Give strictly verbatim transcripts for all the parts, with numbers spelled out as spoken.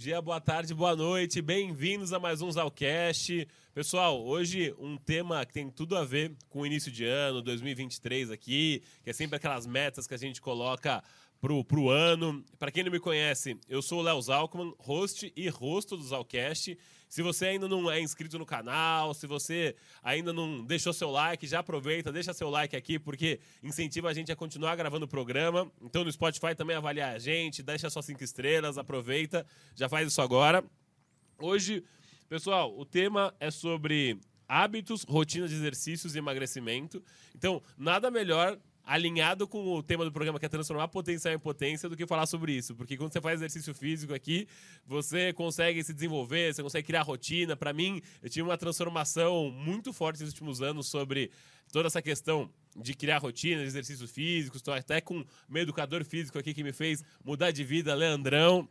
dia, boa tarde, boa noite, bem-vindos a mais um Zalcast. Pessoal, hoje um tema que tem tudo a ver com o início de ano, dois mil e vinte e três aqui, que é sempre aquelas metas que a gente coloca pro, pro ano. Para quem não me conhece, eu sou o Léo Zalkman, host e rosto do Zalcast. Se você ainda não é inscrito no canal, se você ainda não deixou seu like, já aproveita, deixa seu like aqui, porque incentiva a gente a continuar gravando o programa. Então no Spotify também avaliar a gente, deixa só cinco estrelas, aproveita, já faz isso agora. Hoje, pessoal, o tema é sobre hábitos, rotinas de exercícios e emagrecimento. Então, nada melhor alinhado com o tema do programa, que é transformar potencial em potência, do que falar sobre isso. Porque quando você faz exercício físico aqui, você consegue se desenvolver, você consegue criar rotina. Para mim, eu tive uma transformação muito forte nos últimos anos sobre toda essa questão de criar rotina, de exercícios físicos. Estou até com um educador físico aqui que me fez mudar de vida, Leandrão.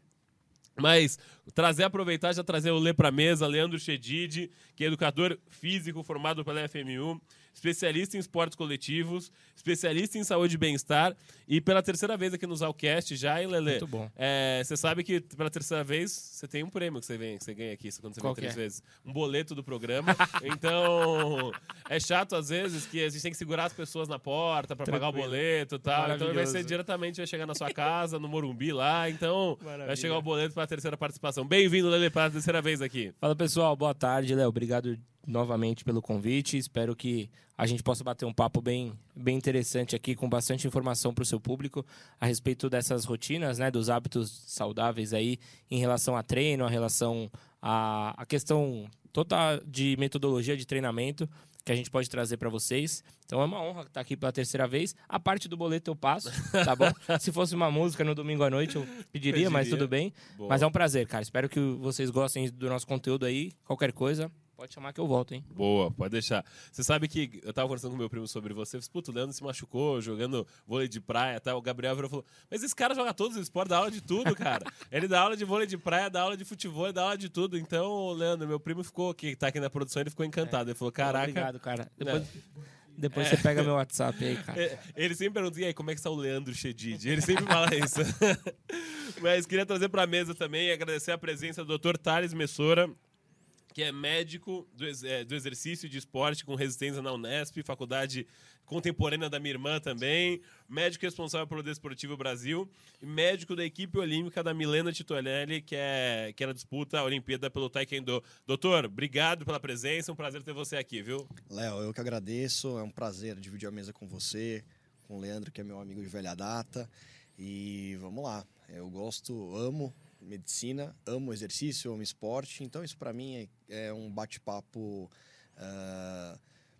Mas trazer, aproveitar já trazer o Lê para a mesa, Leandro Chedid, que é educador físico formado pela F M U, especialista em esportes coletivos, especialista em saúde e bem-estar, e pela terceira vez aqui no Zalcast já, hein, Lelê? Muito bom. É, você sabe que pela terceira vez você tem um prêmio que você, vem, que você ganha aqui quando você Qual vem três que é? vezes. Um boleto do programa. Então, é chato às vezes que a gente tem que segurar as pessoas na porta para pagar o boleto e tal. Então vai ser diretamente, vai chegar na sua casa, no Morumbi lá. Então, Maravilha. Vai chegar o boleto para a terceira participação. Bem-vindo, Lelê, para a terceira vez aqui. Fala, pessoal. Boa tarde, Léo. Obrigado novamente pelo convite. Espero que a gente possa bater um papo bem, bem interessante aqui, com bastante informação para o seu público a respeito dessas rotinas, né, dos hábitos saudáveis aí em relação a treino, a relação a, a questão toda de metodologia de treinamento que a gente pode trazer para vocês. Então é uma honra estar aqui pela terceira vez. A parte do boleto eu passo, tá bom? Se fosse uma música no domingo à noite eu pediria, pediria. Mas tudo bem. Boa. Mas é um prazer, cara. Espero que vocês gostem do nosso conteúdo aí. Qualquer coisa, pode chamar que eu volto, hein? Boa, pode deixar. Você sabe que eu tava conversando com meu primo sobre você. Eu falei, puto, o Leandro se machucou jogando vôlei de praia, tá? O Gabriel virou e falou, mas esse cara joga todos os esportes, dá aula de tudo, cara. Ele dá aula de vôlei de praia, dá aula de futebol, dá aula de tudo. Então, Leandro, meu primo ficou, que tá aqui na produção, ele ficou encantado. É. Ele falou, caraca... Obrigado, cara. Depois... É. Depois é. você pega meu WhatsApp aí, cara. Ele sempre pergunta, e aí, como é que está o Leandro Chedid? Ele sempre fala isso. Mas queria trazer para a mesa também e agradecer a presença do doutor Thales Messora, que é médico do, é, do exercício de esporte com residência na Unesp, faculdade contemporânea da minha irmã também, médico responsável pelo Desportivo Brasil e médico da equipe olímpica da Milena Titolelli, que, é, que ela disputa a Olimpíada pelo Taekwondo. Doutor, obrigado pela presença, um prazer ter você aqui, viu? Léo, eu que agradeço, é um prazer dividir a mesa com você, com o Leandro, que é meu amigo de velha data, e vamos lá, eu gosto, amo medicina, amo exercício, amo esporte, então isso para mim é, é um bate-papo uh,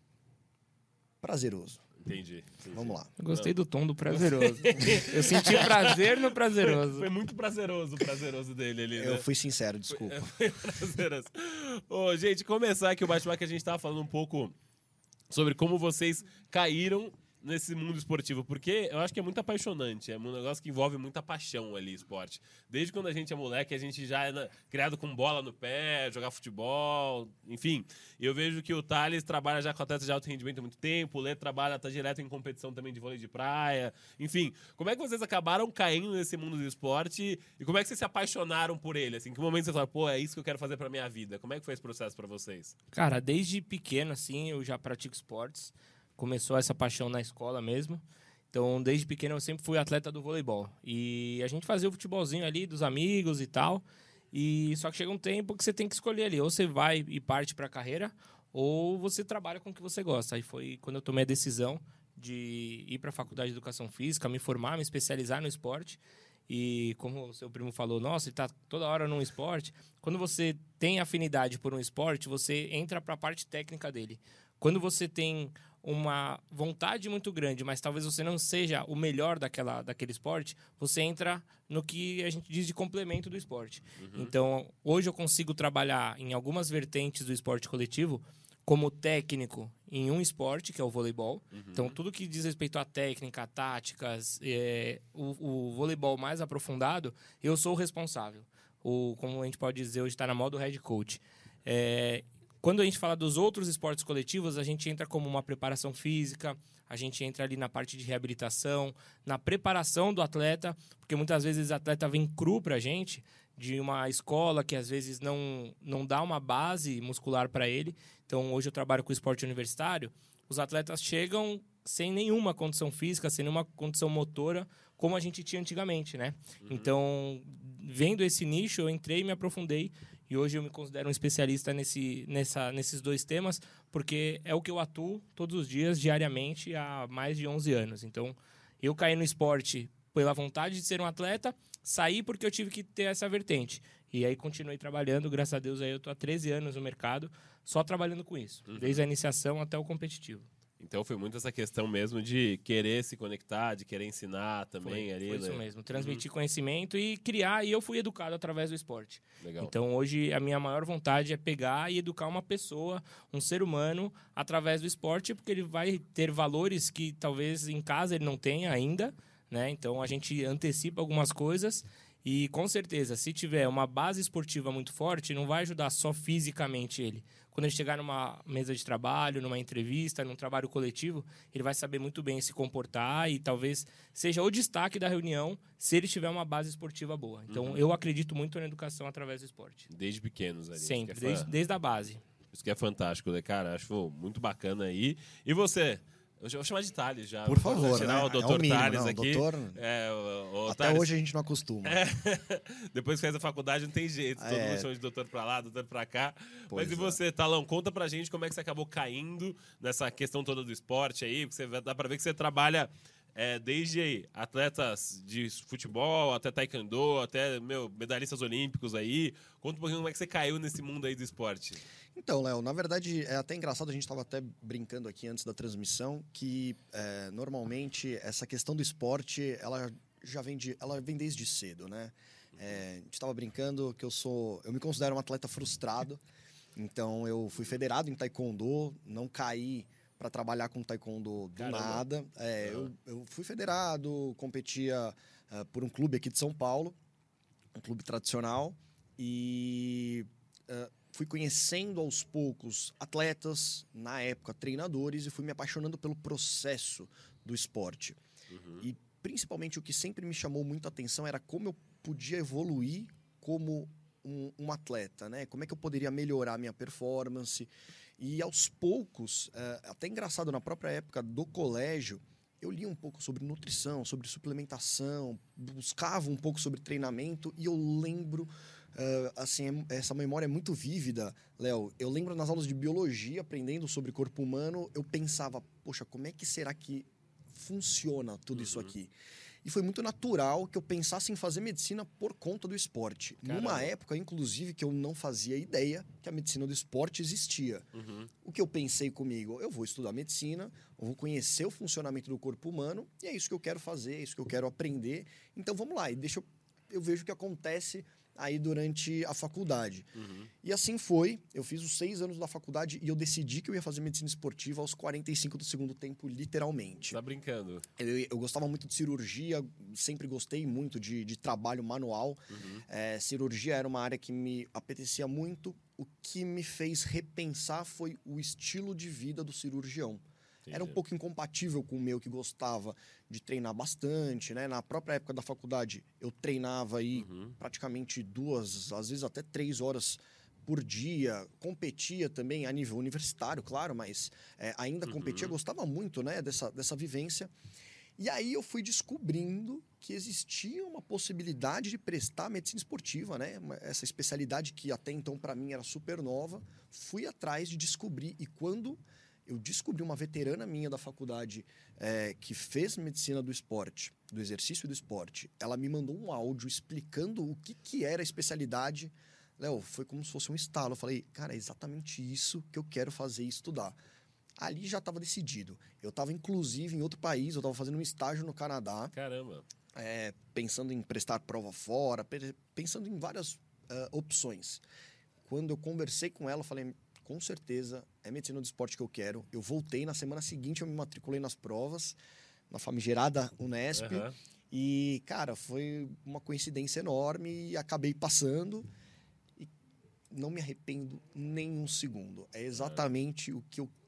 prazeroso. Entendi, entendi. Vamos lá. Eu gostei do tom do prazeroso. Eu senti prazer no prazeroso. Foi, foi muito prazeroso o prazeroso dele ali, né? Eu fui sincero, desculpa. Foi, foi prazeroso. Ô, gente, começar aqui o bate-papo que a gente tava falando um pouco sobre como vocês caíram nesse mundo esportivo, porque eu acho que é muito apaixonante, é um negócio que envolve muita paixão ali, esporte. Desde quando a gente é moleque, a gente já é criado com bola no pé, jogar futebol, enfim. Eu vejo que o Thales trabalha já com atletas de alto rendimento há muito tempo, o Lê trabalha, tá direto em competição também de vôlei de praia, enfim. Como é que vocês acabaram caindo nesse mundo do esporte e como é que vocês se apaixonaram por ele? Assim, que momento você fala, pô, é isso que eu quero fazer pra minha vida? Como é que foi esse processo pra vocês? Cara, desde pequeno, assim, eu já pratico esportes. Começou essa paixão na escola mesmo. Então, desde pequeno, eu sempre fui atleta do voleibol. E a gente fazia o futebolzinho ali dos amigos e tal. E só que chega um tempo que você tem que escolher ali. Ou você vai e parte para a carreira, ou você trabalha com o que você gosta. Aí foi quando eu tomei a decisão de ir para a faculdade de Educação Física, me formar, me especializar no esporte. E como o seu primo falou, nossa, ele tá toda hora num esporte. Quando você tem afinidade por um esporte, você entra para a parte técnica dele. Quando você tem uma vontade muito grande, mas talvez você não seja o melhor daquela, daquele esporte, você entra no que a gente diz de complemento do esporte. Uhum. Então, hoje eu consigo trabalhar em algumas vertentes do esporte coletivo como técnico em um esporte, que é o voleibol. Uhum. Então, tudo que diz respeito à técnica, táticas, é, o, o voleibol mais aprofundado, eu sou o responsável. O, como a gente pode dizer, hoje está na moda o head coach. É, Quando a gente fala dos outros esportes coletivos, a gente entra como uma preparação física, a gente entra ali na parte de reabilitação, na preparação do atleta, porque muitas vezes o atleta vem cru pra gente, de uma escola que às vezes não, não dá uma base muscular para ele. Então, hoje eu trabalho com esporte universitário. Os atletas chegam sem nenhuma condição física, sem nenhuma condição motora, como a gente tinha antigamente, né? Uhum. Então, vendo esse nicho, eu entrei e me aprofundei. E hoje eu me considero um especialista nesse, nessa, nesses dois temas, porque é o que eu atuo todos os dias, diariamente, há mais de onze anos. Então, eu caí no esporte pela vontade de ser um atleta, saí porque eu tive que ter essa vertente. E aí continuei trabalhando, graças a Deus, aí eu estou há treze anos no mercado, só trabalhando com isso, uhum. desde a iniciação até o competitivo. Então foi muito essa questão mesmo de querer se conectar, de querer ensinar também. Foi, ali, foi né? isso mesmo, transmitir uhum. conhecimento e criar, e eu fui educado através do esporte. Legal. Então hoje a minha maior vontade é pegar e educar uma pessoa, um ser humano, através do esporte, porque ele vai ter valores que talvez em casa ele não tenha ainda, né? Então a gente antecipa algumas coisas e com certeza, se tiver uma base esportiva muito forte, não vai ajudar só fisicamente ele. Quando ele chegar numa mesa de trabalho, numa entrevista, num trabalho coletivo, ele vai saber muito bem se comportar e talvez seja o destaque da reunião se ele tiver uma base esportiva boa. Então, uhum. eu acredito muito na educação através do esporte. Desde pequenos ali. Sempre, desde, desde a base. Isso que é fantástico, né, cara? Acho muito bacana aí. E você? Eu vou chamar de Thales já. Por favor, tirar né? o doutor é o mínimo, Thales não, aqui. Doutor... É, o, o Até Thales... hoje a gente não acostuma. É. Depois que faz a faculdade não tem jeito. Todo é. mundo chama de doutor pra lá, doutor pra cá. Pois Mas e você, é. Talão? Conta pra gente como é que você acabou caindo nessa questão toda do esporte aí. Porque você, dá pra ver que você trabalha é, desde aí, atletas de futebol, até taekwondo, até meu, medalhistas olímpicos aí. Conta um pouquinho como é que você caiu nesse mundo aí do esporte. Então, Léo, na verdade é até engraçado, a gente estava até brincando aqui antes da transmissão, que é, normalmente essa questão do esporte, ela já vem, de, ela vem desde cedo, né? É, a gente estava brincando que eu sou, eu me considero um atleta frustrado, então eu fui federado em taekwondo, não caí para trabalhar com taekwondo do Caramba. nada. É, uhum. eu, eu fui federado, competia uh, por um clube aqui de São Paulo, um clube tradicional, e... Uh, fui conhecendo aos poucos atletas, na época treinadores, e fui me apaixonando pelo processo do esporte. Uhum. E principalmente o que sempre me chamou muita atenção era como eu podia evoluir como um, um atleta, né? Como é que eu poderia melhorar a minha performance. E aos poucos, é, até engraçado, na própria época do colégio, eu li um pouco sobre nutrição, sobre suplementação, buscava um pouco sobre treinamento, e eu lembro... Uh, assim, essa memória é muito vívida, Léo. Eu lembro nas aulas de biologia, aprendendo sobre corpo humano, eu pensava, poxa, como é que será que funciona tudo uhum. isso aqui? E foi muito natural que eu pensasse em fazer medicina por conta do esporte. Caramba. Numa época, inclusive, que eu não fazia ideia que a medicina do esporte existia. Uhum. O que eu pensei comigo? Eu vou estudar medicina, eu vou conhecer o funcionamento do corpo humano, e é isso que eu quero fazer, é isso que eu quero aprender. Então, vamos lá, e deixa eu, eu vejo o que acontece aí durante a faculdade. Uhum. E assim foi, eu fiz os seis anos da faculdade e eu decidi que eu ia fazer medicina esportiva aos quarenta e cinco do segundo tempo, literalmente. Tá brincando? Eu, eu gostava muito de cirurgia, sempre gostei muito de, de trabalho manual. Uhum. É, cirurgia era uma área que me apetecia muito. O que me fez repensar foi o estilo de vida do cirurgião. Entendi. Era um pouco incompatível com o meu, que gostava de treinar bastante, né? Na própria época da faculdade, eu treinava aí uhum. praticamente duas, às vezes até três horas por dia. Competia também a nível universitário, claro, mas é, ainda uhum. competia, gostava muito, né, dessa, dessa vivência. E aí eu fui descobrindo que existia uma possibilidade de prestar medicina esportiva, né? Essa especialidade que até então para mim era super nova. Fui atrás de descobrir, e quando... eu descobri uma veterana minha da faculdade é, que fez medicina do esporte, do exercício e do esporte. Ela me mandou um áudio explicando o que, que era a especialidade. Léo, foi como se fosse um estalo. Eu falei, cara, é exatamente isso que eu quero fazer e estudar. Ali já estava decidido. Eu estava, inclusive, em outro país. Eu estava fazendo um estágio no Canadá. Caramba! É, pensando em prestar prova fora, pensando em várias uh, opções. Quando eu conversei com ela, eu falei... com certeza, é medicina do esporte que eu quero. Eu voltei, na semana seguinte eu me matriculei nas provas, na famigerada Unesp. Uhum. E, cara, foi uma coincidência enorme e acabei passando. E não me arrependo nem um segundo. É exatamente uhum. o que eu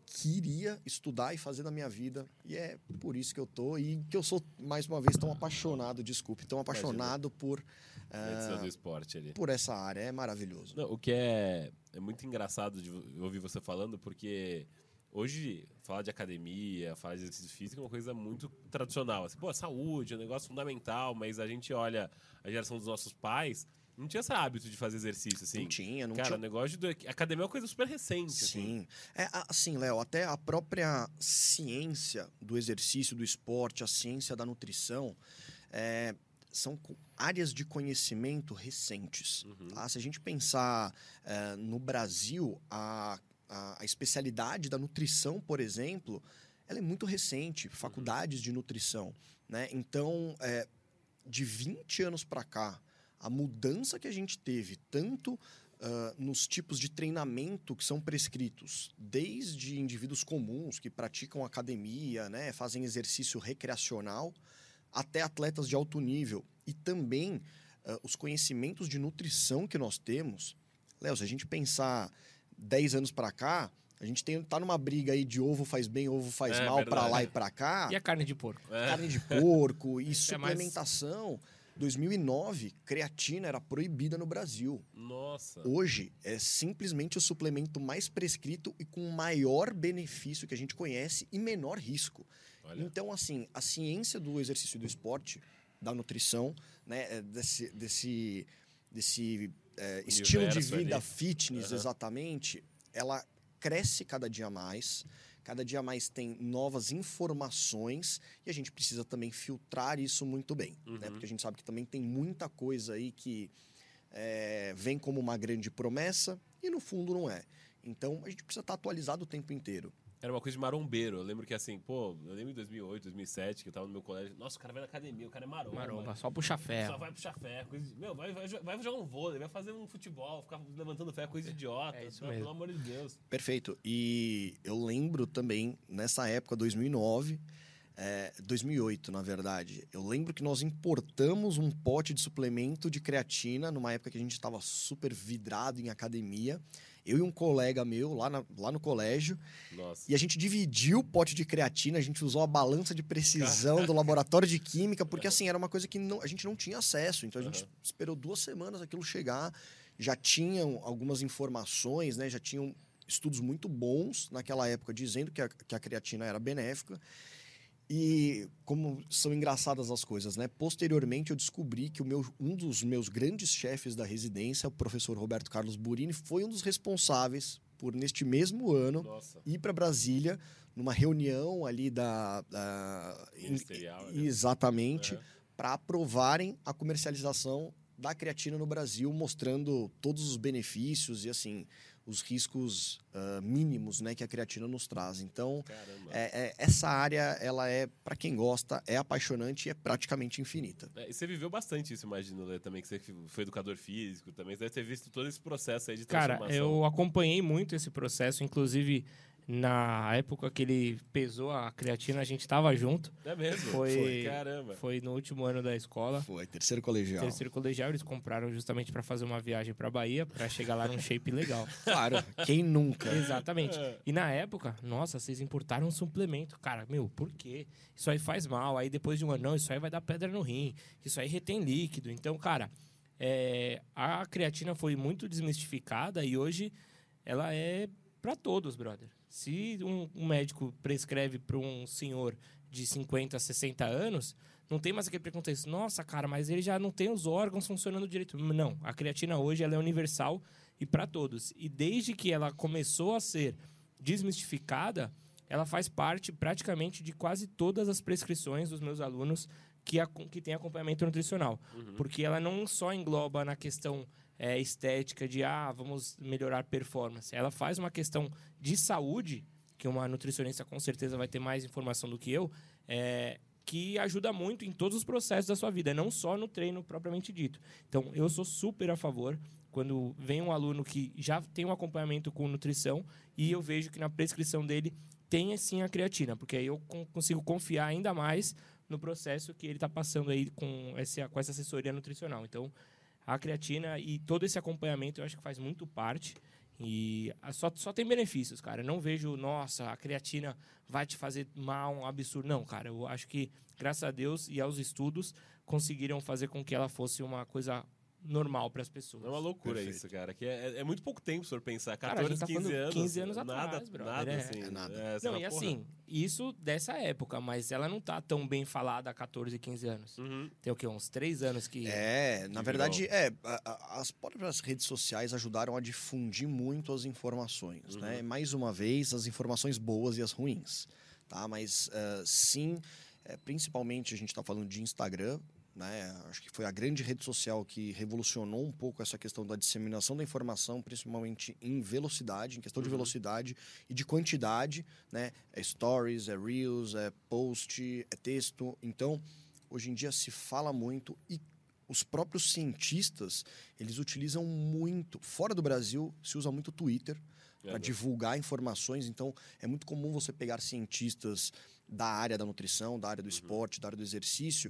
queria estudar e fazer da minha vida. E é por isso que eu tô. E que eu sou, mais uma vez, tão apaixonado, desculpe, tão apaixonado por, Medicina uh, do esporte ali. por essa área. É maravilhoso. Não, o que é, é muito engraçado de ouvir você falando, porque hoje falar de academia, falar de exercício físico é uma coisa muito tradicional. Assim, pô, saúde é um negócio fundamental, mas a gente olha a geração dos nossos pais, não tinha esse hábito de fazer exercício, assim. Não tinha, não Cara, tinha. o negócio de academia é uma coisa super recente. Sim. Assim. É, assim, Léo, até a própria ciência do exercício, do esporte, a ciência da nutrição, é, são áreas de conhecimento recentes. Uhum. Tá? Se a gente pensar é, no Brasil, a, a, a especialidade da nutrição, por exemplo, ela é muito recente, faculdades uhum. de nutrição. Né? Então, é, de vinte anos para cá, a mudança que a gente teve, tanto uh, nos tipos de treinamento que são prescritos, desde indivíduos comuns que praticam academia, né, fazem exercício recreacional, até atletas de alto nível. E também uh, os conhecimentos de nutrição que nós temos. Léo, se a gente pensar dez anos para cá, a gente tem, tá numa briga aí de ovo faz bem, ovo faz é, mal, para lá e para cá. E a carne de porco? É. Carne de porco e é suplementação... Mais... dois mil e nove, creatina era proibida no Brasil. Nossa. Hoje, é simplesmente o suplemento mais prescrito e com maior benefício que a gente conhece e menor risco. Olha. Então, assim, a ciência do exercício e do esporte, da nutrição, né, desse, desse, desse é, estilo de vida, ali. Fitness, uhum. exatamente, ela cresce cada dia mais. Cada dia mais tem novas informações e a gente precisa também filtrar isso muito bem. Uhum. Né? Porque a gente sabe que também tem muita coisa aí que é, vem como uma grande promessa e no fundo não é. Então a gente precisa estar atualizado o tempo inteiro. Era uma coisa de marombeiro. Eu lembro que assim, pô, eu lembro em dois mil e oito, dois mil e sete, que eu tava no meu colégio. Nossa, o cara vai na academia, o cara é maromba. Maromba, só puxa ferro. Só vai puxar ferro. Coisa de, meu, vai, vai, vai jogar um vôlei, vai fazer um futebol, ficar levantando ferro, coisa de idiota. É isso não, mesmo. Pelo amor de Deus. Perfeito. E eu lembro também, nessa época, dois mil e nove, é, dois mil e oito, na verdade, eu lembro que nós importamos um pote de suplemento de creatina, numa época que a gente estava super vidrado em academia. Eu e um colega meu lá, na, lá no colégio. Nossa. E a gente dividiu o pote de creatina, a gente usou a balança de precisão do laboratório de química, porque assim, era uma coisa que não, a gente não tinha acesso. Então a gente uhum. esperou duas semanas aquilo chegar, já tinham algumas informações, né? Já tinham estudos muito bons naquela época dizendo que a, que a creatina era benéfica. E como são engraçadas as coisas, né? Posteriormente eu descobri que o meu, um dos meus grandes chefes da residência, o professor Roberto Carlos Burini, foi um dos responsáveis por, neste mesmo ano, Nossa. ir para Brasília, numa reunião ali da... da Ministerial. Em, exatamente, é. para aprovarem a comercialização da creatina no Brasil, mostrando todos os benefícios e, assim... os riscos uh, mínimos, né, que a creatina nos traz. Então, é, é, essa área, ela é, para quem gosta, é apaixonante e é praticamente infinita. É, e você viveu bastante isso, imagino, Lê, também, que você foi educador físico, também você deve ter visto todo esse processo aí de transformação. Cara, eu acompanhei muito esse processo, inclusive... Na época que ele pesou a creatina, a gente tava junto. É mesmo? Foi, foi, caramba. Foi no último ano da escola. Foi, terceiro colegial. Terceiro colegial, eles compraram justamente para fazer uma viagem pra Bahia, para chegar lá num shape legal. Claro, quem nunca? Exatamente. E na época, nossa, vocês importaram um suplemento. Cara, meu, por quê? Isso aí faz mal. Aí depois de um ano, não, isso aí vai dar pedra no rim. Isso aí retém líquido. Então, cara, é, a creatina foi muito desmistificada e hoje ela é para todos, brother. Se um, um médico prescreve para um senhor de cinquenta, sessenta anos, não tem mais aquele preconceito. Nossa, cara, mas ele já não tem os órgãos funcionando direito. Não, a creatina hoje ela é universal e para todos. E desde que ela começou a ser desmistificada, ela faz parte praticamente de quase todas as prescrições dos meus alunos que, a, que têm acompanhamento nutricional. Uhum. Porque ela não só engloba na questão... É, estética de, ah, vamos melhorar performance. Ela faz uma questão de saúde, que uma nutricionista com certeza vai ter mais informação do que eu, é, que ajuda muito em todos os processos da sua vida, não só no treino propriamente dito. Então, eu sou super a favor quando vem um aluno que já tem um acompanhamento com nutrição e eu vejo que na prescrição dele tem, sim, a creatina, porque aí eu consigo confiar ainda mais no processo que ele está passando aí com essa, com essa assessoria nutricional. Então, a creatina e todo esse acompanhamento eu acho que faz muito parte. E só, só tem benefícios, cara. Eu não vejo, nossa, a creatina vai te fazer mal, um absurdo. Não, cara, eu acho que, graças a Deus e aos estudos, conseguiram fazer com que ela fosse uma coisa normal para as pessoas. É uma loucura Perfeito. isso, cara. Que é, é muito pouco tempo, se for pensar. Cara, a gente catorze, tá quinze falando anos. quinze anos nada, atrás, brother. Nada, É. assim. É nada. É, você Não, fala, e porra. assim, isso dessa época, mas ela não tá tão bem falada há catorze, quinze anos. Uhum. Tem o quê? Uns três anos que... É, na Que verdade, é, a- a- as próprias redes sociais ajudaram a difundir muito as informações, Uhum. né? Mais uma vez, as informações boas e as ruins, tá? Mas, ah, sim, é, principalmente a gente está falando de Instagram, né? Acho que foi a grande rede social que revolucionou um pouco essa questão da disseminação da informação, principalmente em velocidade, em questão de Uhum. velocidade e de quantidade, né? É stories, é reels, é post, é texto. Então, hoje em dia se fala muito e os próprios cientistas, eles utilizam muito, fora do Brasil, se usa muito o Twitter para Verdade. divulgar informações. Então, é muito comum você pegar cientistas da área da nutrição, da área do esporte, da área do exercício,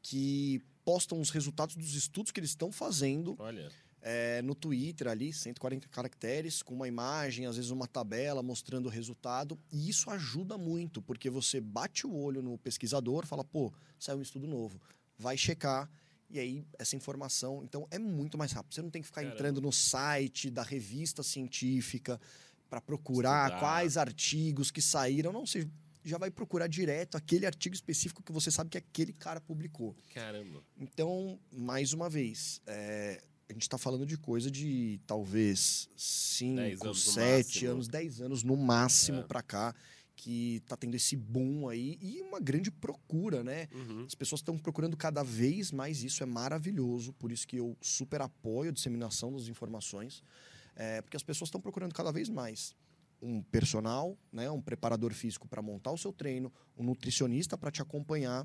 que postam os resultados dos estudos que eles estão fazendo Olha. é, no Twitter ali, cento e quarenta caracteres, com uma imagem, às vezes uma tabela mostrando o resultado. E isso ajuda muito, porque você bate o olho no pesquisador, fala, pô, saiu um estudo novo, vai checar. E aí, essa informação, então, é muito mais rápido. Você não tem que ficar Caramba. entrando no site da revista científica para procurar Estudar. quais artigos que saíram. Não, você já vai procurar direto aquele artigo específico que você sabe que aquele cara publicou. Caramba. Então, mais uma vez, é, a gente está falando de coisa de talvez dez cinco, anos no sete máximo. anos, dez anos no máximo É. para cá, que tá tendo esse boom aí e uma grande procura, né? Uhum. As pessoas estão procurando cada vez mais isso, é maravilhoso, por isso que eu super apoio a disseminação das informações, é, porque as pessoas estão procurando cada vez mais um personal, né, um preparador físico para montar o seu treino, um nutricionista para te acompanhar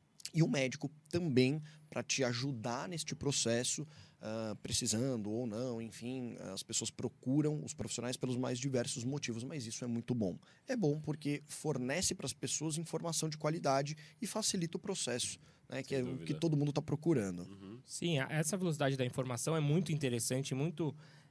e um médico também para te ajudar neste processo, ah, precisando ou não, enfim, as pessoas procuram os profissionais pelos mais diversos motivos, mas isso é muito bom. É bom porque fornece para as pessoas informação de qualidade e facilita o processo, né, que Sem é o dúvida. que todo mundo está procurando. Uhum. Sim, a- essa velocidade da informação é muito interessante, muito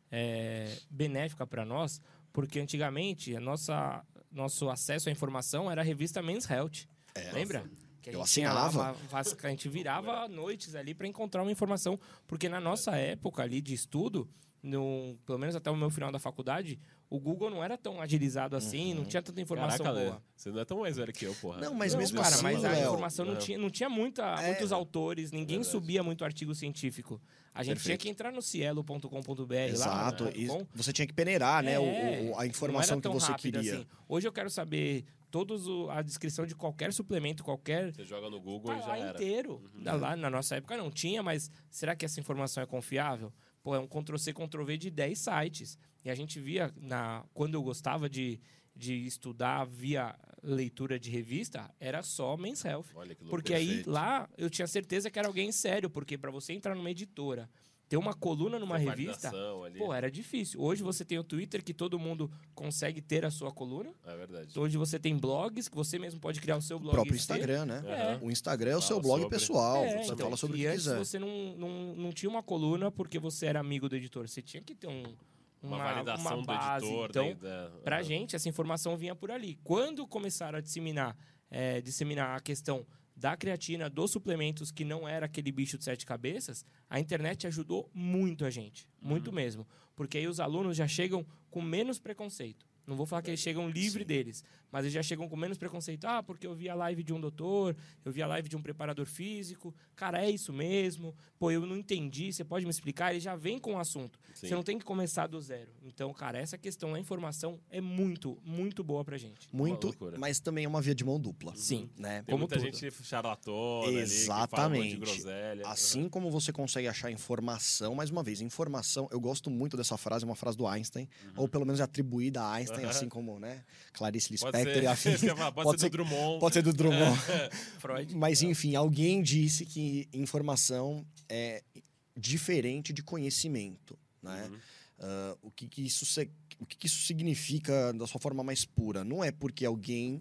é, benéfica para nós, porque antigamente a nossa, nosso acesso à informação era a revista Men's Health. É, Lembra? Que a Eu gente tinha lá assinava. uma vasca- a gente virava noites ali para encontrar uma informação, porque na nossa época ali de estudo, no, pelo menos até o meu final da faculdade, o Google não era tão agilizado assim, não tinha tanta informação Caraca, Lê, boa. você não é tão mais velho que eu, porra. Não, mas Não, mesmo cara, assim, mas a Léo, informação não Não. tinha, não tinha muita, É. muitos autores, ninguém Verdade. subia muito artigo científico. A gente tinha Perfeito. que entrar no cielo ponto com ponto b r Exato, lá, e .com. você tinha que peneirar, né, o- É, o- a informação não que era tão você rápido queria. assim. Hoje eu quero saber todos o- a descrição de qualquer suplemento, qualquer Você joga no Google tá e já lá era. inteiro. Da- Lá na nossa época não tinha, mas será que essa informação é confiável? Pô, é um Ctrl-C, Ctrl-V de dez sites. E a gente via, na, quando eu gostava de, de estudar via leitura de revista, era só Men's Health. Olha que loucura. Porque aí, Perfeito. lá, eu tinha certeza que era alguém sério. Porque para você entrar numa editora, ter uma coluna numa Tem revista, validação ali. pô, era difícil. Hoje você tem o Twitter, que todo mundo consegue ter a sua coluna. É verdade. Hoje você tem blogs, que você mesmo pode criar o seu O blog. próprio e ter. Instagram, né? É. O Instagram é o Fala seu blog sobre. pessoal, É, você então, fala sobre o e que antes quiser. você não, não, não tinha uma coluna porque você era amigo do editor. Você tinha que ter um, Uma, uma, validação uma base. do editor. Então, da, da... pra gente, essa informação vinha por ali. Quando começaram a disseminar, é, disseminar a questão da creatina, dos suplementos, que não era aquele bicho de sete cabeças, a internet ajudou muito a gente. Muito mesmo. Porque aí os alunos já chegam com menos preconceito. Não vou falar que eles chegam livre Sim. deles, mas eles já chegam com menos preconceito. Ah, porque eu vi a live de um doutor, eu vi a live de um preparador físico. Cara, é isso mesmo? Pô, eu não entendi, você pode me explicar? Ele já vem com o assunto. Sim. Você não tem que começar do zero. Então, cara, essa questão da informação é muito, muito boa pra gente. Muito, loucura. mas também é uma via de mão dupla. Sim. Né? Tem como muita tudo. gente charlatona ali, que fala um monte de Exatamente. groselha. Assim como você consegue achar informação, mais uma vez, informação, eu gosto muito dessa frase, é uma frase do Einstein, ou pelo menos é atribuída a Einstein, Uhum. assim como, né, Clarice Pode Lispector ser, e afins. isso que eu ia falar, pode Pode ser ser- do Drummond. Pode ser do Drummond. Freud. Mas, enfim, alguém disse que informação é diferente de conhecimento, né? Uhum. Ah, o que, que isso se- o que, que isso significa da sua forma mais pura? Não é porque alguém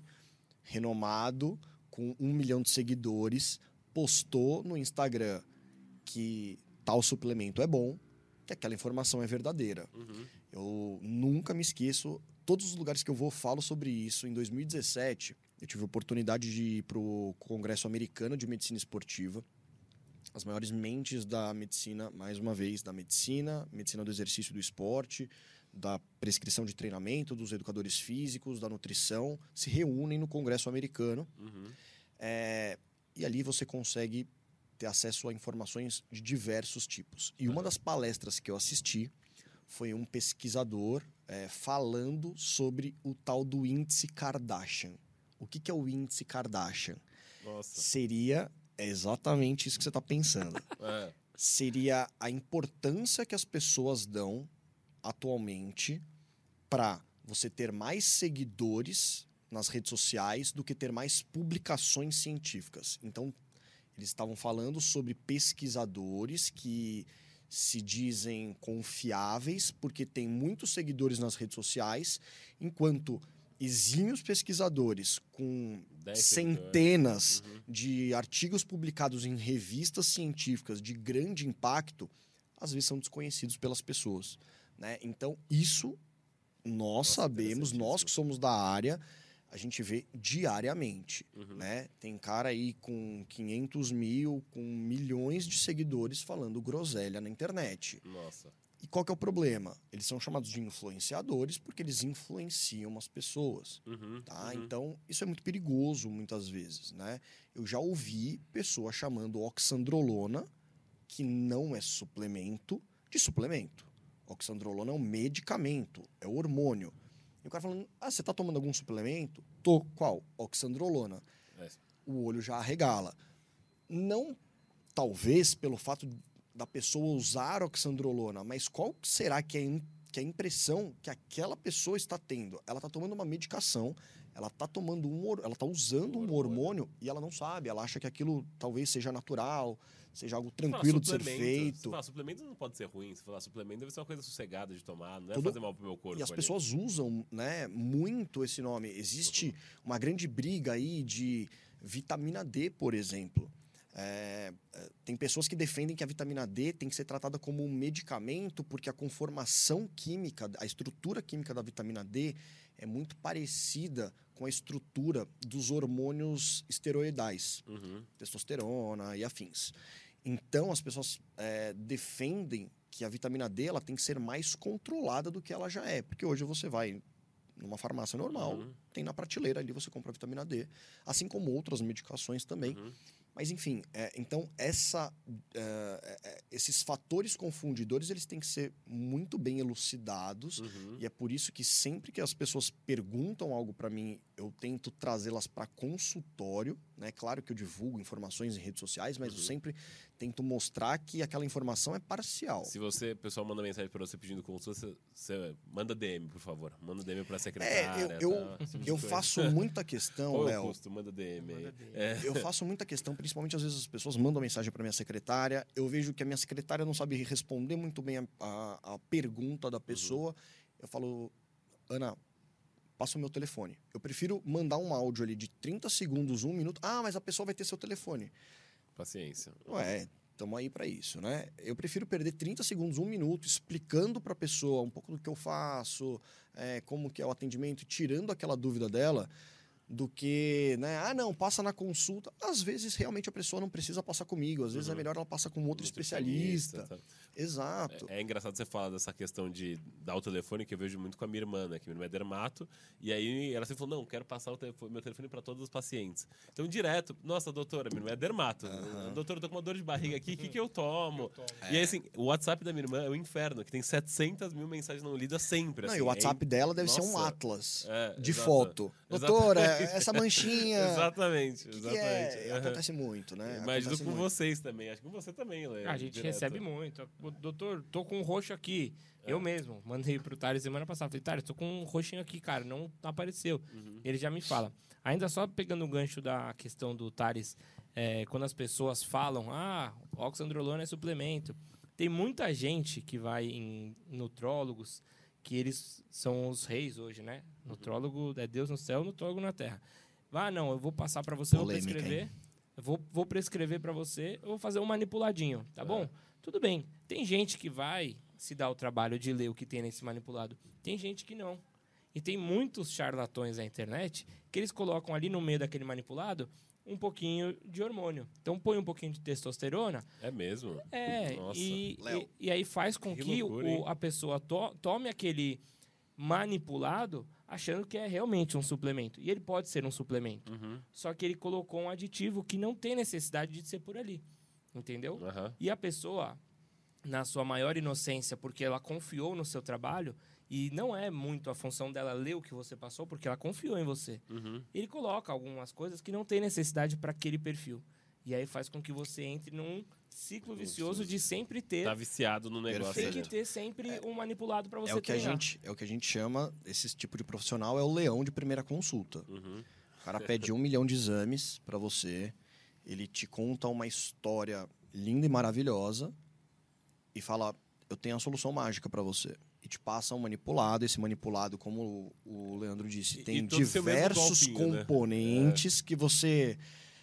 renomado, com um milhão de seguidores, postou no Instagram que tal suplemento é bom, que aquela informação é verdadeira. Uhum. Eu nunca me esqueço, todos os lugares que eu vou falo sobre isso. Em dois mil e dezessete, eu tive a oportunidade de ir para o Congresso Americano de Medicina Esportiva. As maiores mentes da medicina, mais uma vez, da medicina, medicina do exercício e do esporte, da prescrição de treinamento, dos educadores físicos, da nutrição, se reúnem no Congresso Americano. Uhum. É, e ali você consegue ter acesso a informações de diversos tipos. E uma das palestras que eu assisti foi um pesquisador é, falando sobre o tal do índice Kardashian. O que, que é o índice Kardashian? Nossa. Seria exatamente isso que você está pensando. É. Seria a importância que as pessoas dão atualmente para você ter mais seguidores nas redes sociais do que ter mais publicações científicas. Então, eles estavam falando sobre pesquisadores que se dizem confiáveis porque têm muitos seguidores nas redes sociais, enquanto exímios pesquisadores com Dez centenas Uhum. de artigos publicados em revistas científicas de grande impacto, às vezes são desconhecidos pelas pessoas, né? Então, isso nós Nossa, sabemos, nós que interessantíssimo. somos da área, a gente vê diariamente, Uhum. né? Tem cara aí com quinhentos mil, com milhões de seguidores falando groselha na internet. Nossa. E qual que é o problema? Eles são chamados de influenciadores porque eles influenciam as pessoas, Uhum. tá? Uhum. Então, isso é muito perigoso muitas vezes, né? Eu já ouvi pessoas chamando oxandrolona, que não é suplemento, de suplemento. Oxandrolona é um medicamento, é hormônio. E o cara falando, ah, você tá tomando algum suplemento? Tô. Qual? Oxandrolona. É. O olho já arregala. Não, talvez, pelo fato da pessoa usar oxandrolona, mas qual será que é, in- que é a impressão que aquela pessoa está tendo? Ela está tomando uma medicação, ela está tomando um, hor- ela está usando um hormônio. hormônio e ela não sabe, ela acha que aquilo talvez seja natural, seja algo Você fala tranquilo de ser suplemento, Você feito. fala, suplemento não pode ser ruim. Você fala, suplemento deve ser uma coisa sossegada de tomar, não é Tudo- fazer mal pro meu corpo. E as ali. pessoas usam, né, muito esse nome. Existe Uhum. uma grande briga aí de vitamina D, por exemplo. É, é, tem pessoas que defendem que a vitamina D tem que ser tratada como um medicamento porque a conformação química, a estrutura química da vitamina D é muito parecida com a estrutura dos hormônios esteroidais, Uhum. testosterona e afins. Então, as pessoas é, defendem que a vitamina D ela tem que ser mais controlada do que ela já é. Porque hoje você vai numa farmácia normal, Uhum. tem na prateleira ali, você compra a vitamina D. Assim como outras medicações também. Uhum. Mas, enfim, é, então, essa, é, é, esses fatores confundidores eles têm que ser muito bem elucidados. Uhum. E é por isso que sempre que as pessoas perguntam algo para mim, eu tento trazê-las para consultório, né? Claro que eu divulgo informações em redes sociais, mas Uhum. eu sempre tento mostrar que aquela informação é parcial. Se você, o pessoal manda mensagem pra você pedindo consulta, você, você manda D M, por favor. Manda D M pra secretária. É, eu, eu, tá? Esse tipo de eu coisa. faço muita questão, Qual é o Léo. custo? Manda D M aí. Manda D M. É. Eu faço muita questão, principalmente às vezes as pessoas mandam mensagem para minha secretária. Eu vejo que a minha secretária não sabe responder muito bem a, a, a pergunta da pessoa. Eu falo, Ana, passa o meu telefone. Eu prefiro mandar um áudio ali de trinta segundos, um minuto. Ah, mas a pessoa vai ter seu telefone. Paciência. Ué, estamos aí para isso, né? Eu prefiro perder trinta segundos, um minuto, explicando para a pessoa um pouco do que eu faço, é, como que é o atendimento, tirando aquela dúvida dela, do que, né? Ah, não, passa na consulta. Às vezes, realmente, a pessoa não precisa passar comigo. Às vezes, Uhum. é melhor ela passar com outro Um especialista. tá? Exato. É, é engraçado você falar dessa questão de dar o telefone, que eu vejo muito com a minha irmã, né? Que minha irmã é dermato. E aí ela sempre falou, não, quero passar o telefone, meu telefone para todos os pacientes. Então, direto, nossa, doutora, minha irmã é dermato. Aham. Doutora, eu tô com uma dor de barriga aqui, o que, que eu tomo? E aí, assim, o WhatsApp da minha irmã é o inferno, que tem setecentas mil mensagens não lidas sempre. Não, assim, e o WhatsApp é... dela deve ser um Nossa. atlas É, de exato. foto. Exatamente. Doutora, essa manchinha. Exatamente, O que, que exatamente. é? Aham. Acontece muito, né? Imagino Acontece com muito. vocês também. Acho que com você também, Lê. A gente direto. recebe muito. Doutor, tô com um roxo aqui. É. Eu mesmo. Mandei pro Thales semana passada. Falei, Thales, tô com um roxinho aqui, cara. Não apareceu. Uhum. Ele já me fala. Ainda só pegando o gancho da questão do Thales, é, quando as pessoas falam, ah, oxandrolona é suplemento. Tem muita gente que vai em nutrólogos, que eles são os reis hoje, né? Uhum. Nutrólogo é Deus no céu, nutrólogo na terra. Ah, não, eu vou passar para você, Polêmica, vou prescrever. hein? Eu Vou, vou prescrever para você, eu vou fazer um manipuladinho, tá É. bom? Tudo bem. Tem gente que vai se dá o trabalho de ler o que tem nesse manipulado. Tem gente que não. E tem muitos charlatões na internet que eles colocam ali no meio daquele manipulado um pouquinho de hormônio. Então põe um pouquinho de testosterona. É mesmo? É, Nossa. e, e, e aí faz com Que que loucura, o, hein? a pessoa to, tome aquele manipulado achando que é realmente um suplemento. E ele pode ser um suplemento. Uhum. Só que ele colocou um aditivo que não tem necessidade de ser por ali. Entendeu? Aham. E a pessoa, na sua maior inocência, porque ela confiou no seu trabalho, e não é muito a função dela ler o que você passou, porque ela confiou em você. Uhum. Ele coloca algumas coisas que não tem necessidade para aquele perfil. E aí faz com que você entre num ciclo vicioso de sempre ter... Tá viciado no negócio. Tem Perfeito. que ter sempre um manipulado para você É o, que a treinar. gente, é o que a gente chama, esse tipo de profissional é o leão de primeira consulta. Uhum. O cara pede um milhão de exames para você, ele te conta uma história linda e maravilhosa e fala, eu tenho a solução mágica para você. E te passa um manipulado, esse manipulado, como o o Leandro disse, E- tem e todo seu mesmo diversos golpinho, né? componentes que você...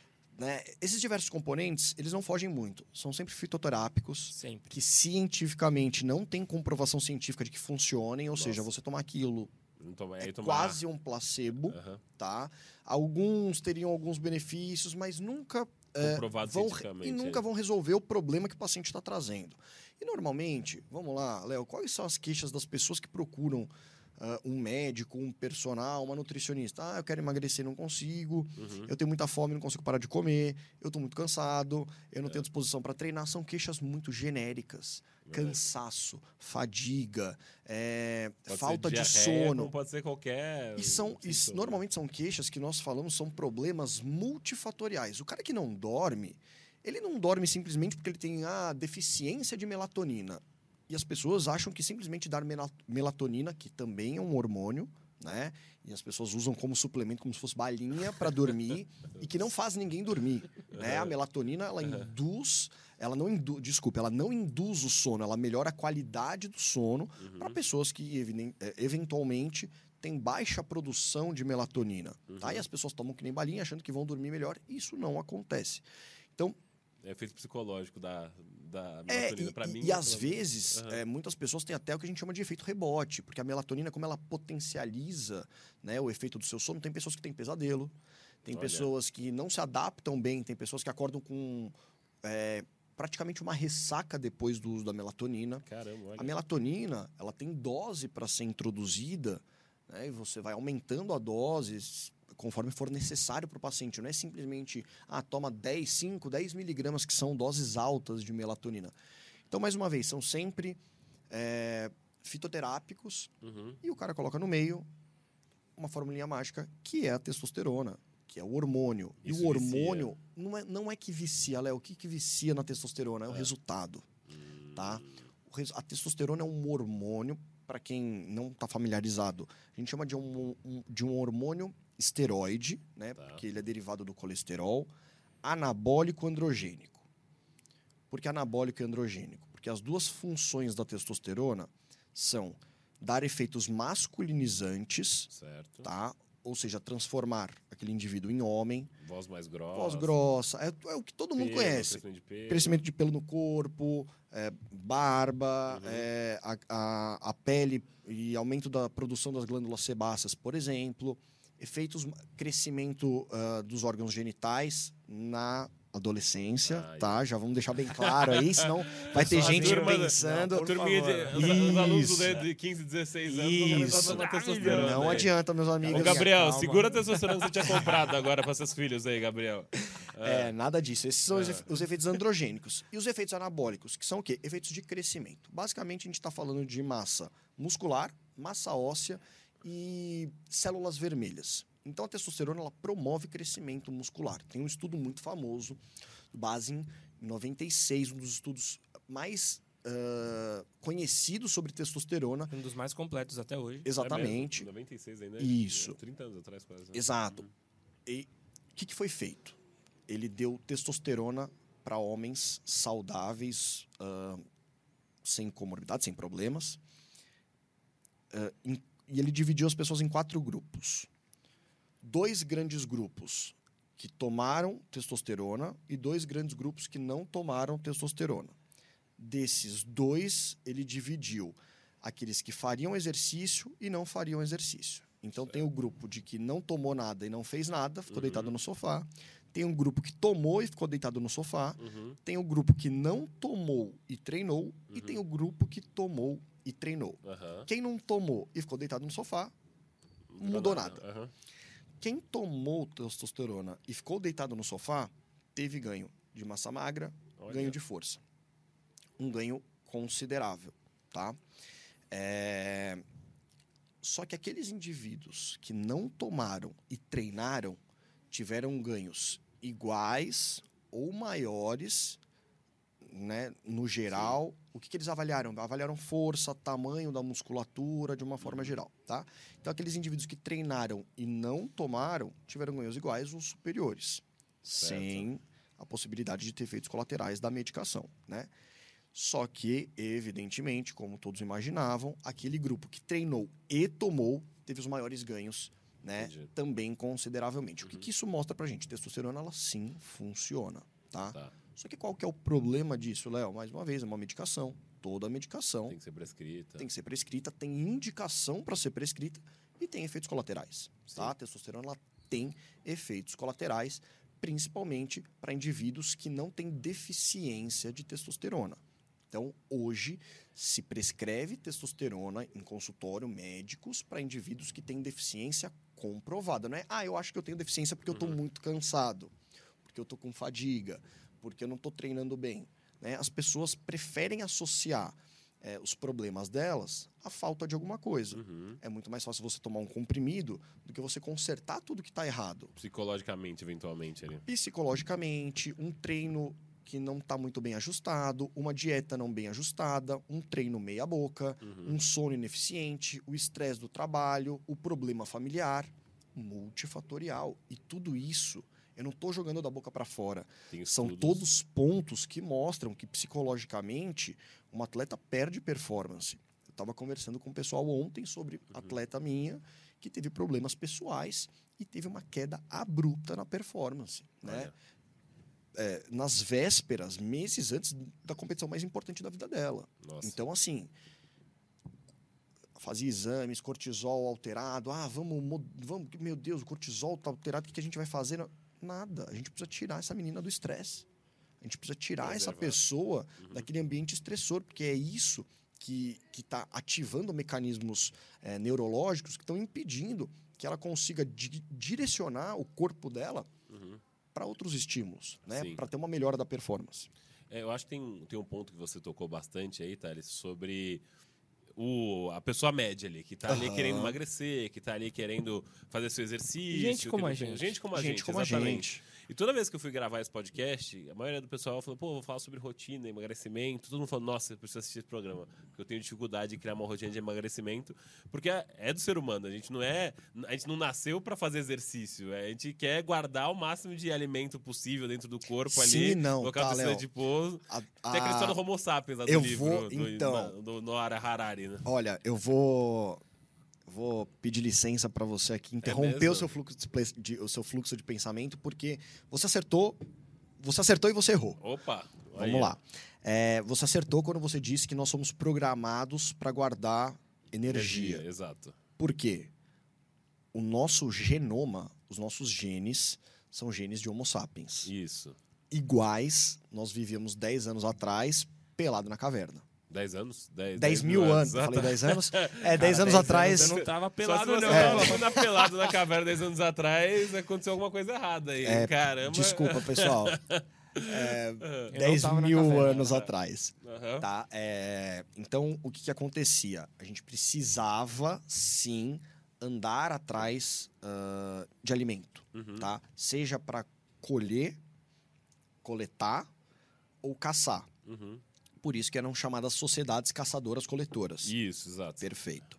Né, esses diversos componentes, eles não fogem muito. São sempre fitoterápicos, Sempre. que cientificamente não tem comprovação científica de que funcionem, ou Nossa. seja, você tomar aquilo Não toma- é aí toma- quase um placebo, Aham. tá? Alguns teriam alguns benefícios, mas nunca é, Comprovado vão, cientificamente, e nunca é. vão resolver o problema que o paciente está trazendo. E normalmente, vamos lá, Léo, quais são as queixas das pessoas que procuram ah, um médico, um personal, uma nutricionista? Ah, eu quero emagrecer, não consigo. Uhum. Eu tenho muita fome, não consigo parar de comer. Eu estou muito cansado. Eu não É. tenho disposição para treinar. São queixas muito genéricas. Verdade. Cansaço, fadiga, é, Pode ser falta de diarreia, sono. como pode ser qualquer. E são, e s- sintoma. normalmente são queixas que nós falamos são problemas multifatoriais. O cara que não dorme, ele não dorme simplesmente porque ele tem a deficiência de melatonina. E as pessoas acham que simplesmente dar mela- melatonina, que também é um hormônio, né? E as pessoas usam como suplemento, como se fosse balinha para dormir, e que não faz ninguém dormir, né? A melatonina, ela induz, ela não induz, desculpa, ela não induz o sono, ela melhora a qualidade do sono Uhum. para pessoas que eviden- eh, eventualmente têm baixa produção de melatonina, tá? Uhum. E as pessoas tomam que nem balinha achando que vão dormir melhor, isso não acontece. Então, É efeito psicológico da, da é, melatonina e, pra e- mim. e é às pelo- vezes, Aham. é, muitas pessoas têm até o que a gente chama de efeito rebote, porque a melatonina, como ela potencializa, né, o efeito do seu sono, tem pessoas que têm pesadelo, tem Olha. pessoas que não se adaptam bem, tem pessoas que acordam com é, praticamente uma ressaca depois do uso da melatonina. Caramba, olha. A melatonina, ela tem dose para ser introduzida, né, e você vai aumentando a dose s- conforme for necessário para o paciente. Não é simplesmente, ah, toma dez, cinco, dez miligramas, que são doses altas de melatonina. Então, mais uma vez, são sempre é, fitoterápicos Uhum. e o cara coloca no meio uma formulinha mágica que é a testosterona, que é o hormônio. Isso e o hormônio não é, não é que vicia, Léo. O que, que vicia na testosterona? É o É. resultado. Hum. Tá? O res- A testosterona é um hormônio, para quem não está familiarizado, a gente chama de um, um- de um hormônio esteroide, né? Tá. Porque ele é derivado do colesterol, anabólico androgênico. Por que anabólico e androgênico? Porque as duas funções da testosterona são dar efeitos masculinizantes, Certo. tá? Ou seja, transformar aquele indivíduo em homem, Voz mais grossa. voz grossa, é, é o que todo mundo pelo, conhece. crescimento de pelo. Crescimento de pelo no corpo, é, barba, Uhum. é, a, a, a pele e aumento da produção das glândulas sebáceas, por exemplo. Efeitos, crescimento ah, dos órgãos genitais na adolescência, Ai. tá? Já vamos deixar bem claro aí, senão vai ter Só gente a turma- pensando... A Por turminha de, favor. os, os alunos Isso. de, de quinze, dezesseis anos Isso. estão na testosterona. Não aí. adianta, meus amigos. Ô, Gabriel, Calma. segura a testosterona que você tinha comprado agora para seus filhos aí, Gabriel. É, nada disso. Esses são os É. efe- os efeitos androgênicos. E os efeitos anabólicos, que são o quê? Efeitos de crescimento. Basicamente, a gente está falando de massa muscular, massa óssea e células vermelhas. Então, a testosterona ela promove crescimento muscular. Tem um estudo muito famoso, base em noventa e seis, um dos estudos mais ah, conhecidos sobre testosterona. Um dos mais completos até hoje. Exatamente. É mesmo? noventa e seis ainda? Isso. trinta anos atrás quase. né? Exato. E o que, que foi feito? Ele deu testosterona para homens saudáveis, ah, sem comorbidade, sem problemas. Ah, em- e ele dividiu as pessoas em quatro grupos. Dois grandes grupos que tomaram testosterona e dois grandes grupos que não tomaram testosterona. Desses dois, ele dividiu aqueles que fariam exercício e não fariam exercício. Então, certo. Tem o grupo de que não tomou nada e não fez nada, ficou uhum. deitado no sofá. Tem um grupo que tomou e ficou deitado no sofá. Uhum. Tem o grupo que não tomou e treinou. Uhum. E tem o grupo que tomou e treinou. Uhum. Quem não tomou e ficou deitado no sofá, não mudou nada. nada. Uhum. Quem tomou testosterona e ficou deitado no sofá, teve ganho de massa magra, Olha. ganho de força. Um ganho considerável, tá? É... Só que aqueles indivíduos que não tomaram e treinaram tiveram ganhos iguais ou maiores, né, no geral. Sim. O que, que eles avaliaram? Avaliaram força, tamanho da musculatura, de uma forma uhum. geral, tá? Então, aqueles indivíduos que treinaram e não tomaram tiveram ganhos iguais ou superiores, certo. Sem a possibilidade de ter efeitos colaterais da medicação, né? Só que, evidentemente, como todos imaginavam, aquele grupo que treinou e tomou teve os maiores ganhos, né? Também consideravelmente. Uhum. O que, que isso mostra pra gente? Testosterona, ela sim funciona, tá? tá. Só que qual que é o problema disso, Léo? Mais uma vez, é uma medicação. Toda medicação tem que ser prescrita. Tem que ser prescrita, tem indicação para ser prescrita e tem efeitos colaterais, sim. tá? A testosterona, ela tem efeitos colaterais, principalmente para indivíduos que não têm deficiência de testosterona. Então, hoje, se prescreve testosterona em consultório médicos para indivíduos que têm deficiência comprovada. Não é, ah, eu acho que eu tenho deficiência porque uhum. eu estou muito cansado, porque eu estou com fadiga, porque eu não estou treinando bem. Né? As pessoas preferem associar é, os problemas delas à falta de alguma coisa. Uhum. É muito mais fácil você tomar um comprimido do que você consertar tudo que está errado. Psicologicamente, eventualmente. Ali. Psicologicamente, um treino que não está muito bem ajustado, uma dieta não bem ajustada, um treino meia boca, uhum. um sono ineficiente, o estresse do trabalho, o problema familiar, multifatorial. E tudo isso, eu não estou jogando da boca para fora. São todos pontos que mostram que psicologicamente um atleta perde performance. Eu estava conversando com o pessoal ontem sobre uhum. atleta minha que teve problemas pessoais e teve uma queda abrupta na performance, né? É, nas vésperas, meses antes da competição mais importante da vida dela. Nossa. Então, assim, fazia exames, cortisol alterado. Ah, vamos, vamos meu Deus, o cortisol está alterado, o que a gente vai fazer? Nada. A gente precisa tirar essa menina do estresse. A gente precisa tirar Preservar. essa pessoa uhum. daquele ambiente estressor, porque é isso que está ativando mecanismos é, neurológicos que estão impedindo que ela consiga di- direcionar o corpo dela uhum. para outros estímulos, né? Para ter uma melhora da performance. É, eu acho que tem, tem um ponto que você tocou bastante aí, Thales, sobre o, a pessoa média ali, que está uhum. ali querendo emagrecer, que está ali querendo fazer seu exercício. Gente como a gente. gente. Gente como a gente, gente, como exatamente. A gente. E toda vez que eu fui gravar esse podcast, a maioria do pessoal falou, pô, vou falar sobre rotina, emagrecimento. Todo mundo falou, nossa, eu preciso assistir esse programa. Porque eu tenho dificuldade de criar uma rotina de emagrecimento. Porque é do ser humano. A gente não é. A gente não nasceu para fazer exercício. A gente quer guardar o máximo de alimento possível dentro do corpo Sim, ali. Sim, não. Local tá, de Léo. De pouso. A, a... Tem aquela história do Homo sapiens lá do eu livro. Vou, do, então... do, do Noah Harari, né? Olha, eu vou... Vou pedir licença para você aqui interromper é o, seu fluxo de, de, o seu fluxo de pensamento, porque você acertou, você acertou e você errou. Opa! Vamos aí. lá. É, você acertou quando você disse que nós somos programados para guardar energia. energia. Exato. Por quê? O nosso genoma, os nossos genes, são genes de Homo sapiens. Isso. Iguais, nós vivíamos dez anos atrás, pelado na caverna. dez anos? dez mil anos. Eu falei dez anos? É, dez anos atrás... Anos eu não tava pelado, não. É. Não tava pelado na caverna dez anos atrás, aconteceu alguma coisa errada aí. É, Caramba. Desculpa, pessoal. É, dez mil anos atrás. Uhum. Tá? É, então, o que, que acontecia? A gente precisava, sim, andar atrás uh, de alimento. Uhum. Tá? Seja para colher, coletar ou caçar. Uhum. Por isso que eram chamadas sociedades caçadoras-coletoras. Isso, exato. Perfeito.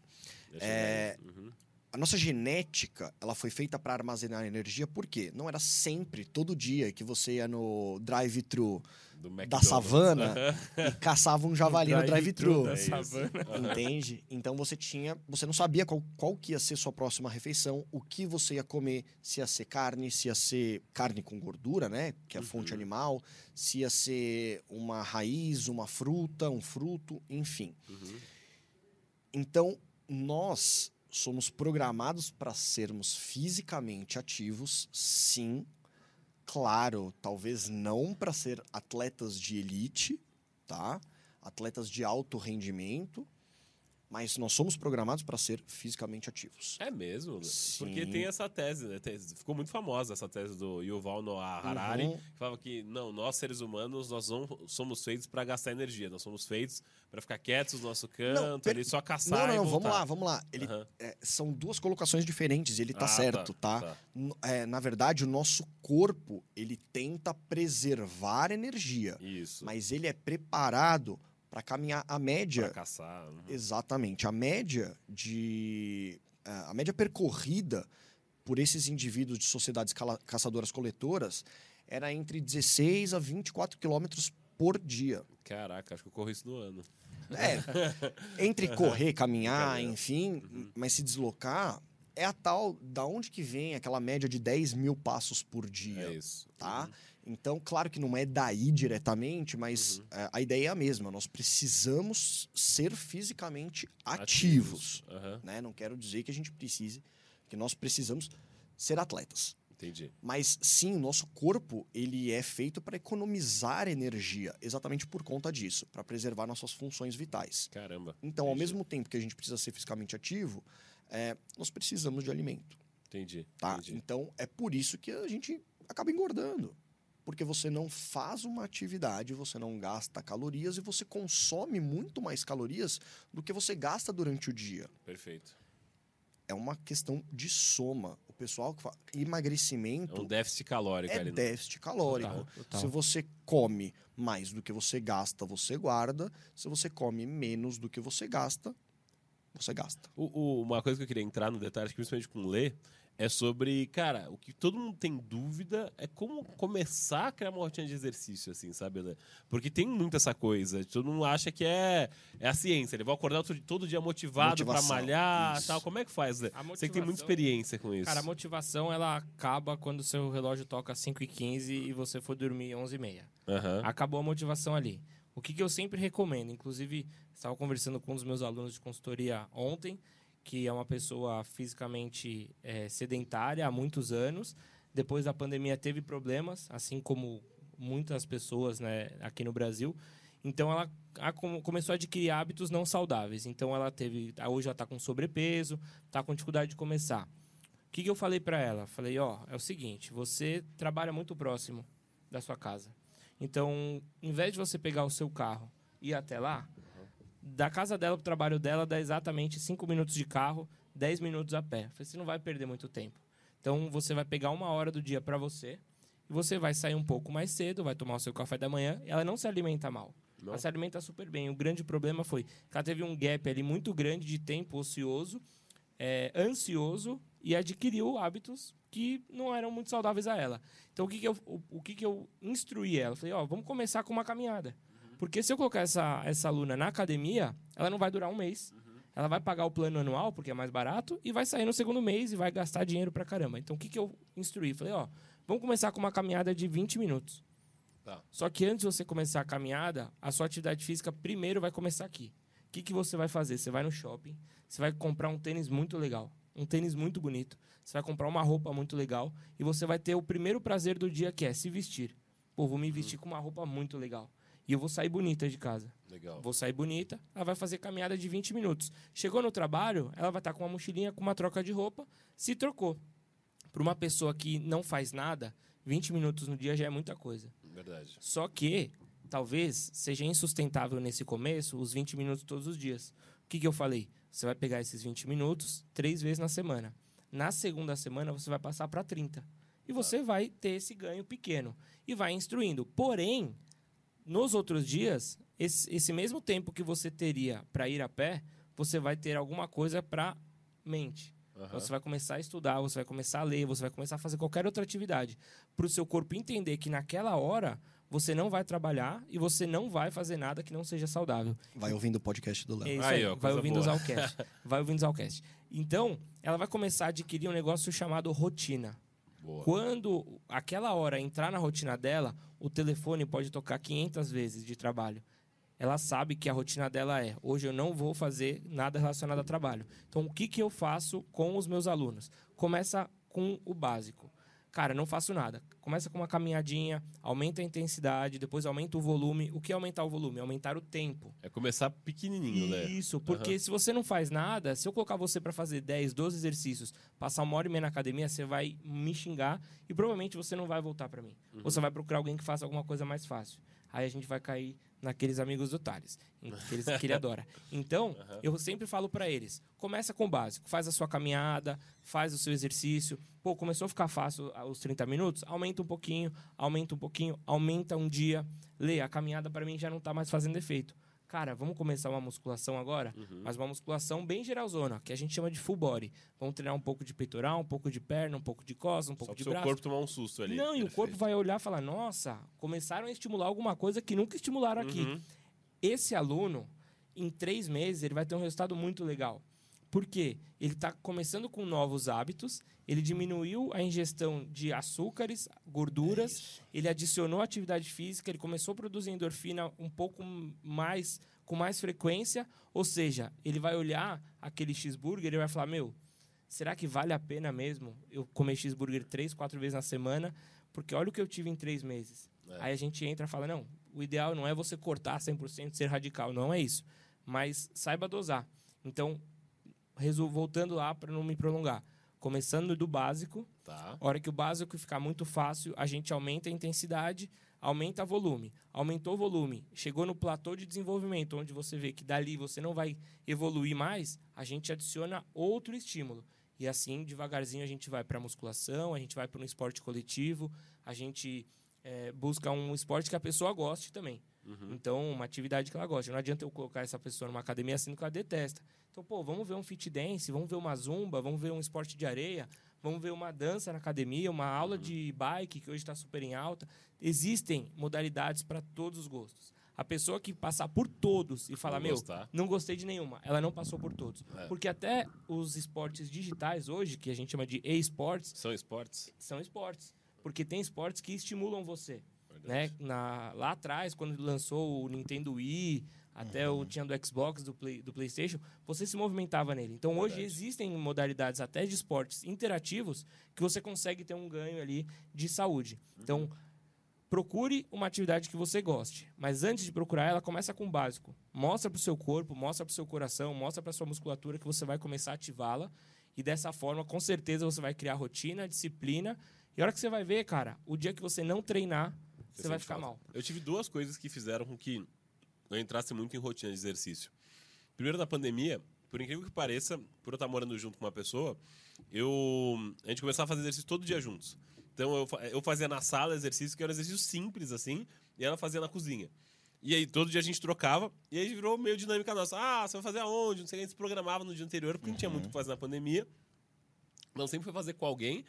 É, uhum. A nossa genética, ela foi feita para armazenar energia, por quê? Não era sempre, todo dia, que você ia no drive-thru Do da McDonald's. savana e caçava um javali no drive-thru. da É isso. savana. Entende? Então você tinha, você não sabia qual, qual que ia ser sua próxima refeição, o que você ia comer, se ia ser carne, se ia ser carne com gordura, né, que é a fonte Uhum. animal, se ia ser uma raiz, uma fruta, um fruto, enfim. Uhum. Então, nós somos programados para sermos fisicamente ativos, sim. Claro, talvez não para ser atletas de elite, tá? Atletas de alto rendimento, mas nós somos programados para ser fisicamente ativos. É mesmo? Sim. Porque tem essa tese, né? Tem- ficou muito famosa essa tese do Yuval Noah Harari, Uhum. que falava que, não, nós seres humanos, nós não somos feitos para gastar energia, nós somos feitos para ficar quietos no nosso canto, per- ali só Não, caçar não, e não, voltar. vamos lá, vamos lá. Ele, Aham. é, são duas colocações diferentes, ele tá Ah, certo, tá? tá. N- é, na verdade, o nosso corpo, ele tenta preservar energia, Isso, mas ele é preparado para caminhar a média. para caçar. Uhum. Exatamente. A média de. A média percorrida por esses indivíduos de sociedades cala- caçadoras-coletoras era entre dezesseis a vinte e quatro quilômetros por dia. Caraca, acho que eu corro isso no ano. É. Entre correr, caminhar, Brincadeira. enfim, Uhum. mas se deslocar, é a tal. Da onde que vem aquela média de dez mil passos por dia? É isso. Tá? Uhum. Então, claro que não é daí diretamente, mas Uhum. é, a ideia é a mesma. Nós precisamos ser fisicamente ativos. Aham, Né? Não quero dizer que a gente precise, que nós precisamos ser atletas. entendi. Mas sim, o nosso corpo ele é feito para economizar energia, exatamente por conta disso, para preservar nossas funções vitais. Caramba. Então, ao entendi, mesmo tempo que a gente precisa ser fisicamente ativo, é, nós precisamos de alimento. Entendi. Tá? entendi. Então, é por isso que a gente acaba engordando. Porque você não faz uma atividade, você não gasta calorias e você consome muito mais calorias do que você gasta durante o dia. Perfeito. É uma questão de soma. O pessoal que fala É emagrecimento um déficit calórico é ali. né? déficit calórico. Total, total. Se você come mais do que você gasta, você guarda. Se você come menos do que você gasta, você gasta. O- o- uma coisa que eu queria entrar no detalhe, acho que principalmente com o Lê, é sobre, cara, o que todo mundo tem dúvida é como começar a criar uma rotina de exercício, assim, sabe, Lê? Porque tem muito essa coisa, todo mundo acha que é, é a ciência, ele vai acordar todo, todo dia motivado pra Motivação, malhar isso. tal. Como é que faz, Lê? A Você que tem muita motivação- experiência com isso. Cara, a motivação, ela acaba quando o seu relógio toca cinco e quinze e você for dormir onze e meia. Aham. Acabou a motivação ali. O que, que eu sempre recomendo, inclusive, estava conversando com um dos meus alunos de consultoria ontem, que é uma pessoa fisicamente eh, sedentária há muitos anos. Depois da pandemia teve problemas, assim como muitas pessoas, né, aqui no Brasil. Então ela a- come- começou a adquirir hábitos não saudáveis. Então ela teve, hoje ela está com sobrepeso, está com dificuldade de começar. O que, que eu falei para ela? Falei, ó, é o seguinte, você trabalha muito próximo da sua casa. Então, em vez de você pegar o seu carro e ir até lá, da casa dela para o trabalho dela dá exatamente cinco minutos de carro, dez minutos a pé. Falei, você não vai perder muito tempo. Então, você vai pegar uma hora do dia para você e você vai sair um pouco mais cedo, vai tomar o seu café da manhã. Ela não se alimenta mal. Não? Ela se alimenta super bem. O grande problema foi que ela teve um gap ali muito grande de tempo ocioso, é, ansioso e adquiriu hábitos que não eram muito saudáveis a ela. Então, o que, que, eu, o, o que, que eu instruí ela? Falei, ó, vamos começar com uma caminhada. Porque se eu colocar essa, essa aluna na academia, ela não vai durar um mês. Ela vai pagar o plano anual, porque é mais barato, e vai sair no segundo mês e vai gastar dinheiro pra caramba. Então, o que, que eu instruí? Falei, ó, vamos começar com uma caminhada de vinte minutos. Tá. Só que antes de você começar a caminhada, a sua atividade física primeiro vai começar aqui. O que, que você vai fazer? Você vai no shopping, você vai comprar um tênis muito legal, um tênis muito bonito, você vai comprar uma roupa muito legal e você vai ter o primeiro prazer do dia, que é se vestir. Pô, vou me vestir com uma roupa muito legal. E eu vou sair bonita de casa. Legal. Vou sair bonita, ela vai fazer caminhada de vinte minutos. Chegou no trabalho, ela vai estar com uma mochilinha, com uma troca de roupa, se trocou. Para uma pessoa que não faz nada, vinte minutos no dia já é muita coisa. Verdade. Só que, talvez, seja insustentável nesse começo os vinte minutos todos os dias. O que, que eu falei? Você vai pegar esses vinte minutos três vezes na semana. Na segunda semana, você vai passar para trinta. E você vai ter esse ganho pequeno. E vai instruindo. Porém, nos outros dias, esse, esse mesmo tempo que você teria para ir a pé, você vai ter alguma coisa para mente. Aham. Você vai começar a estudar, você vai começar a ler, você vai começar a fazer qualquer outra atividade. Para o seu corpo entender que naquela hora você não vai trabalhar e você não vai fazer nada que não seja saudável. Vai ouvindo o podcast do Léo. É isso Aí, aí, ó, vai coisa ouvindo o boa. Zalcast. Vai ouvindo o Zalcast. Então, ela vai começar a adquirir um negócio chamado rotina. Boa. Quando aquela hora entrar na rotina dela, o telefone pode tocar quinhentas vezes de trabalho. Ela sabe que a rotina dela é, hoje eu não vou fazer nada relacionado a trabalho. Então, o que, que eu faço com os meus alunos? Começa com o básico. Cara, não faço nada. Começa com uma caminhadinha, aumenta a intensidade, depois aumenta o volume. O que é aumentar o volume? Aumentar o tempo. É começar pequenininho, né? Isso, porque Uhum. se você não faz nada, se eu colocar você para fazer dez, doze exercícios, passar uma hora e meia na academia, você vai me xingar e provavelmente você não vai voltar para mim. Uhum. Você vai procurar alguém que faça alguma coisa mais fácil. Aí a gente vai cair naqueles amigos do Thales, que, eles, que ele adora. Então, Uhum. eu sempre falo para eles, começa com o básico, faz a sua caminhada, faz o seu exercício. Pô, começou a ficar fácil os trinta minutos? Aumenta um pouquinho, aumenta um pouquinho, aumenta um dia. Lê, a caminhada para mim já não tá mais fazendo efeito. Cara, vamos começar uma musculação agora, Uhum. mas uma musculação bem geralzona, que a gente chama de full body. Vamos treinar um pouco de peitoral, um pouco de perna, um pouco de costas, um Só pouco pro de seu braço. corpo tomar um susto ali. Não, e o Perfeito. corpo vai olhar e falar, nossa, começaram a estimular alguma coisa que nunca estimularam aqui. Uhum. Esse aluno, em três meses, ele vai ter um resultado muito legal. Por quê? Ele está começando com novos hábitos, ele diminuiu a ingestão de açúcares, gorduras, É ele adicionou atividade física, ele começou a produzir endorfina um pouco mais, com mais frequência, ou seja, ele vai olhar aquele cheeseburger e vai falar, meu, será que vale a pena mesmo eu comer cheeseburger três, quatro vezes na semana? Porque olha o que eu tive em três meses. É. Aí a gente entra e fala, não, o ideal não é você cortar cem por cento, ser radical, não é isso. Mas saiba dosar. Então, resol- voltando lá para não me prolongar. Começando do básico, Tá. a hora que o básico ficar muito fácil, a gente aumenta a intensidade, aumenta o volume. Aumentou o volume, chegou no platô de desenvolvimento, onde você vê que dali você não vai evoluir mais, a gente adiciona outro estímulo. E assim, devagarzinho, a gente vai para a musculação, a gente vai para um esporte coletivo, a gente é, busca um esporte que a pessoa goste também. Uhum. Então, uma atividade que ela gosta. Não adianta eu colocar essa pessoa numa academia assim que ela detesta. Então, pô, vamos ver um fit dance, vamos ver uma zumba, vamos ver um esporte de areia, vamos ver uma dança na academia, uma aula de bike, que hoje está super em alta. Existem modalidades para todos os gostos. A pessoa que passar por todos e falar, Não meu, gostar. não gostei de nenhuma, ela não passou por todos. É. Porque até os esportes digitais hoje, que a gente chama de e-sports, São esportes? são esportes. Porque tem esportes que estimulam você. Né? Verdade. Na, lá atrás, quando lançou o Nintendo Wii, até o tinha do Xbox, do, Play, do PlayStation, você se movimentava nele. Então, hoje Verdade. existem modalidades até de esportes interativos que você consegue ter um ganho ali de saúde. Então, procure uma atividade que você goste. Mas antes de procurar ela, começa com o básico. Mostra para o seu corpo, mostra para o seu coração, mostra para a sua musculatura que você vai começar a ativá-la. E dessa forma, com certeza, você vai criar rotina, disciplina. E a hora que você vai ver, cara, o dia que você não treinar, você, vai sente ficar falta. mal. Eu tive duas coisas que fizeram com que eu entrasse muito em rotina de exercício. Primeiro, na pandemia, por incrível que pareça, por eu estar morando junto com uma pessoa, eu, a gente começava a fazer exercício todo dia juntos. Então, eu, fa- eu fazia na sala exercício, que era um exercício simples, assim, e ela fazia na cozinha. E aí, todo dia a gente trocava, e aí virou meio dinâmica nossa. Ah, você vai fazer aonde? Não sei o que, a gente se programava no dia anterior, porque não tinha muito o que fazer na pandemia. Então, sempre foi fazer com alguém.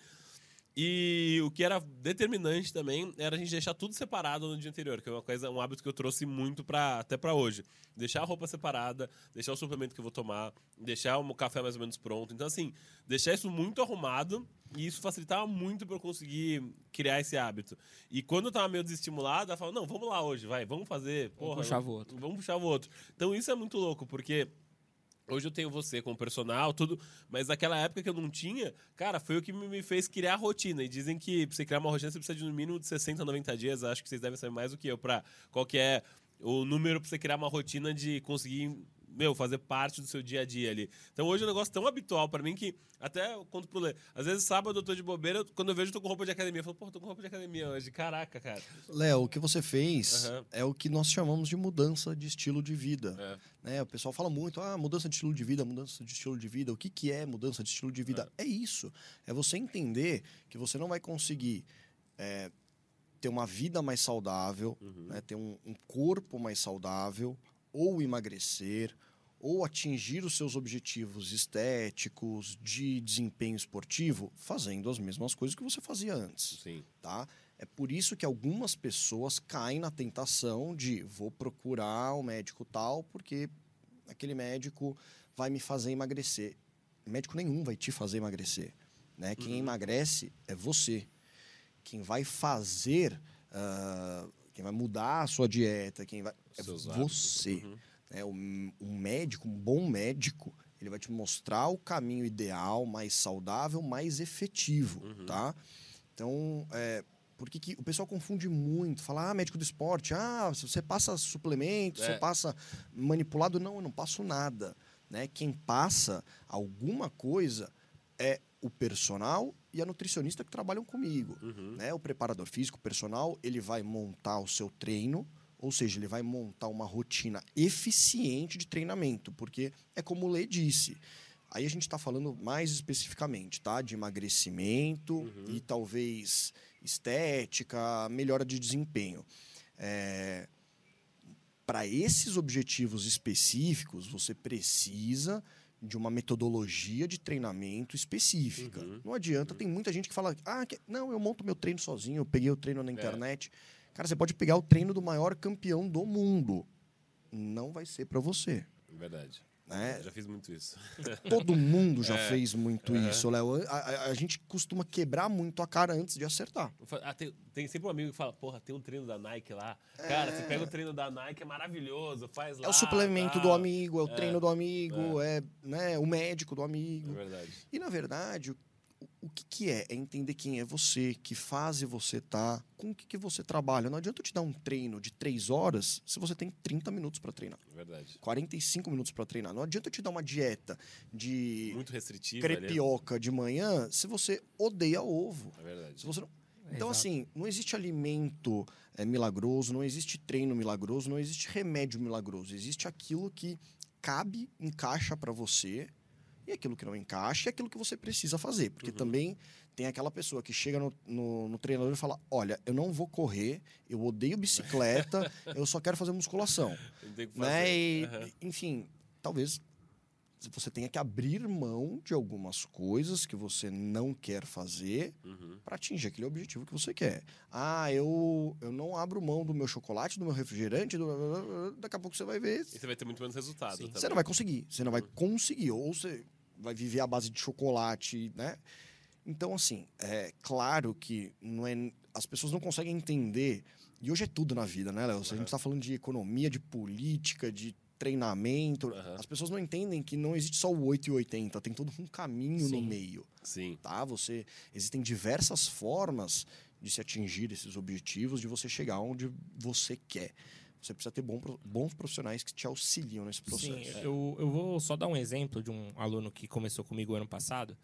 E o que era determinante também era a gente deixar tudo separado no dia anterior, que é uma coisa, um hábito que eu trouxe muito pra, até para hoje. Deixar a roupa separada, deixar o suplemento que eu vou tomar, deixar o café mais ou menos pronto. Então, assim, deixar isso muito arrumado, e isso facilitava muito para eu conseguir criar esse hábito. E quando eu tava meio desestimulado, eu falava, não, vamos lá hoje, vai, vamos fazer. Porra, puxar o outro. Vamos puxar o outro. Então, isso é muito louco, porque hoje eu tenho você como personal, tudo, mas naquela época que eu não tinha, cara, foi o que me fez criar a rotina. E dizem que pra você criar uma rotina, você precisa de no mínimo de sessenta, noventa dias. Acho que vocês devem saber mais do que eu, pra qual que é o número pra você criar uma rotina de conseguir, meu, fazer parte do seu dia a dia ali. Então hoje é um negócio tão habitual pra mim que até eu conto pro Lê. Às vezes sábado eu tô de bobeira, quando eu vejo eu tô com roupa de academia, eu falo, pô, tô com roupa de academia hoje. Caraca, cara. Léo, o que você fez Aham. é o que nós chamamos de mudança de estilo de vida. É. Né? O pessoal fala muito, ah, mudança de estilo de vida, mudança de estilo de vida. O que, que é mudança de estilo de vida? É. isso. É você entender que você não vai conseguir é, ter uma vida mais saudável, Uhum. né? Ter um, um corpo mais saudável, ou emagrecer, ou atingir os seus objetivos estéticos, de desempenho esportivo, fazendo as mesmas coisas que você fazia antes. Sim. Tá? É por isso que algumas pessoas caem na tentação de vou procurar um médico tal, porque aquele médico vai me fazer emagrecer. Médico nenhum vai te fazer emagrecer. Né? Quem uhum. emagrece é você. Quem vai fazer, uh, quem vai mudar a sua dieta, quem vai é você. Uhum. É, um, um médico, um bom médico, ele vai te mostrar o caminho ideal, mais saudável, mais efetivo, uhum. tá? Então, é, porque que o pessoal confunde muito, fala, ah, médico do esporte, ah, você passa suplemento, é. você passa manipulado. Não, eu não passo nada. Né? Quem passa alguma coisa é o personal e a nutricionista que trabalham comigo. Uhum. Né? O preparador físico, o personal, ele vai montar o seu treino, ou seja, ele vai montar uma rotina eficiente de treinamento, porque é como o Lê disse. Aí a gente está falando mais especificamente, tá? De emagrecimento uhum. e talvez estética, melhora de desempenho. É... Para esses objetivos específicos, você precisa de uma metodologia de treinamento específica. Uhum. Não adianta, uhum. tem muita gente que fala, ah, que... não, eu monto meu treino sozinho, eu peguei o treino na internet. É. Cara, você pode pegar o treino do maior campeão do mundo. Não vai ser para você. Verdade. Né? Eu já fiz muito isso. Todo mundo já é. fez muito uhum. isso, Léo. A, a, a gente costuma quebrar muito a cara antes de acertar. Ah, tem, tem sempre um amigo que fala, porra, tem um treino da Nike lá. É. Cara, você pega o treino da Nike, é maravilhoso, faz lá. É o suplemento tá. do amigo, é o é. treino do amigo, é. é né, o médico do amigo. É verdade. E, na verdade, o, o que, que é? É entender quem é você, que fase você tá, com o que, que você trabalha. Não adianta eu te dar um treino de três horas se você tem trinta minutos para treinar. Verdade. quarenta e cinco minutos para treinar. Não adianta eu te dar uma dieta de muito restritiva, crepioca ali. De manhã se você odeia ovo. É verdade. Se você não... Então, Exato. assim, não existe alimento é, milagroso, não existe treino milagroso, não existe remédio milagroso. Existe aquilo que cabe, encaixa para você, e aquilo que não encaixa é aquilo que você precisa fazer. Porque uhum. também tem aquela pessoa que chega no, no, no treinador e fala, olha, eu não vou correr, eu odeio bicicleta, eu só quero fazer musculação. Tem que fazer. Né? E, uhum. Enfim, talvez você tenha que abrir mão de algumas coisas que você não quer fazer uhum. para atingir aquele objetivo que você quer. Ah, eu, eu não abro mão do meu chocolate, do meu refrigerante, do... daqui a pouco você vai ver. E você vai ter muito menos resultado. Também. Você não vai conseguir. Você não vai conseguir. Ou você vai viver à base de chocolate, né? Então, assim, é claro que não é, as pessoas não conseguem entender. E hoje é tudo na vida, né, Léo? Uhum. A gente está falando de economia, de política, de treinamento. Uhum. As pessoas não entendem que não existe só o oito e oitenta, tem todo um caminho Sim. no meio. Sim. Tá? Você, existem diversas formas de se atingir esses objetivos, de você chegar onde você quer. Você precisa ter bom, bons profissionais que te auxiliam nesse processo. Sim, eu, eu vou só dar um exemplo de um aluno que começou comigo ano passado.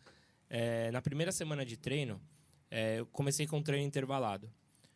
É, na primeira semana de treino, é, eu comecei com um treino intervalado.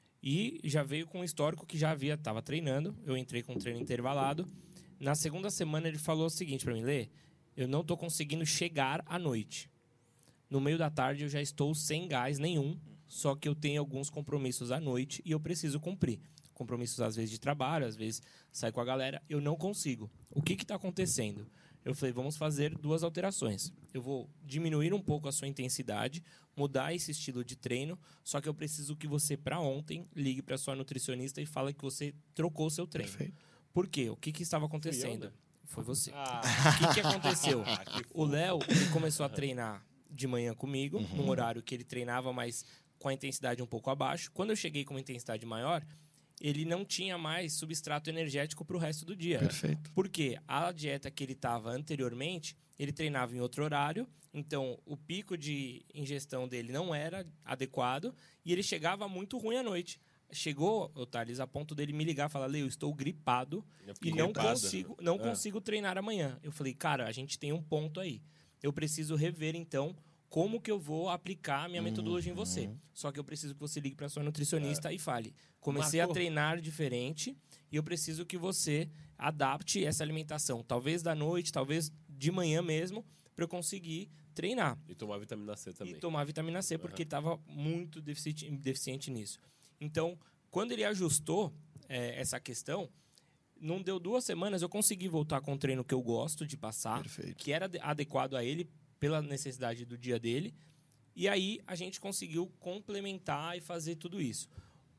E já veio com um histórico que já havia, estava treinando. Eu entrei com um treino intervalado. Na segunda semana ele falou o seguinte para mim, Lê, eu não estou conseguindo chegar à noite. No meio da tarde eu já estou sem gás nenhum, só que eu tenho alguns compromissos à noite e eu preciso cumprir. Compromissos às vezes de trabalho, às vezes sair com a galera, eu não consigo. O que está acontecendo? Eu falei, vamos fazer duas alterações. Eu vou diminuir um pouco a sua intensidade, mudar esse estilo de treino, só que eu preciso que você, para ontem, ligue para sua nutricionista e fale que você trocou o seu treino. Perfeito. Por quê? O que, que estava acontecendo? Eu, né? Foi você. Ah. O que, que aconteceu? O Léo ele começou a treinar de manhã comigo, uhum. num horário que ele treinava, mas com a intensidade um pouco abaixo. Quando eu cheguei com uma intensidade maior, ele não tinha mais substrato energético para o resto do dia. Perfeito. Porque a dieta que ele estava anteriormente, ele treinava em outro horário, então o pico de ingestão dele não era adequado e ele chegava muito ruim à noite. Chegou, o Thales, a ponto dele me ligar e falar, Lê, eu estou gripado e não gripado. consigo, não é. consigo treinar amanhã. Eu falei, cara, a gente tem um ponto aí. Eu preciso rever, então, como que eu vou aplicar a minha metodologia uhum. em você. Só que eu preciso que você ligue para sua nutricionista é. e fale, comecei Marcou. a treinar diferente e eu preciso que você adapte essa alimentação. Talvez da noite, talvez de manhã mesmo, para eu conseguir treinar. E tomar vitamina C também. E tomar vitamina C, porque estava uhum. muito deficiente, deficiente nisso. Então, quando ele ajustou é, essa questão, não deu duas semanas, eu consegui voltar com o treino que eu gosto de passar, Perfeito. que era adequado a ele, pela necessidade do dia dele. E aí, a gente conseguiu complementar e fazer tudo isso.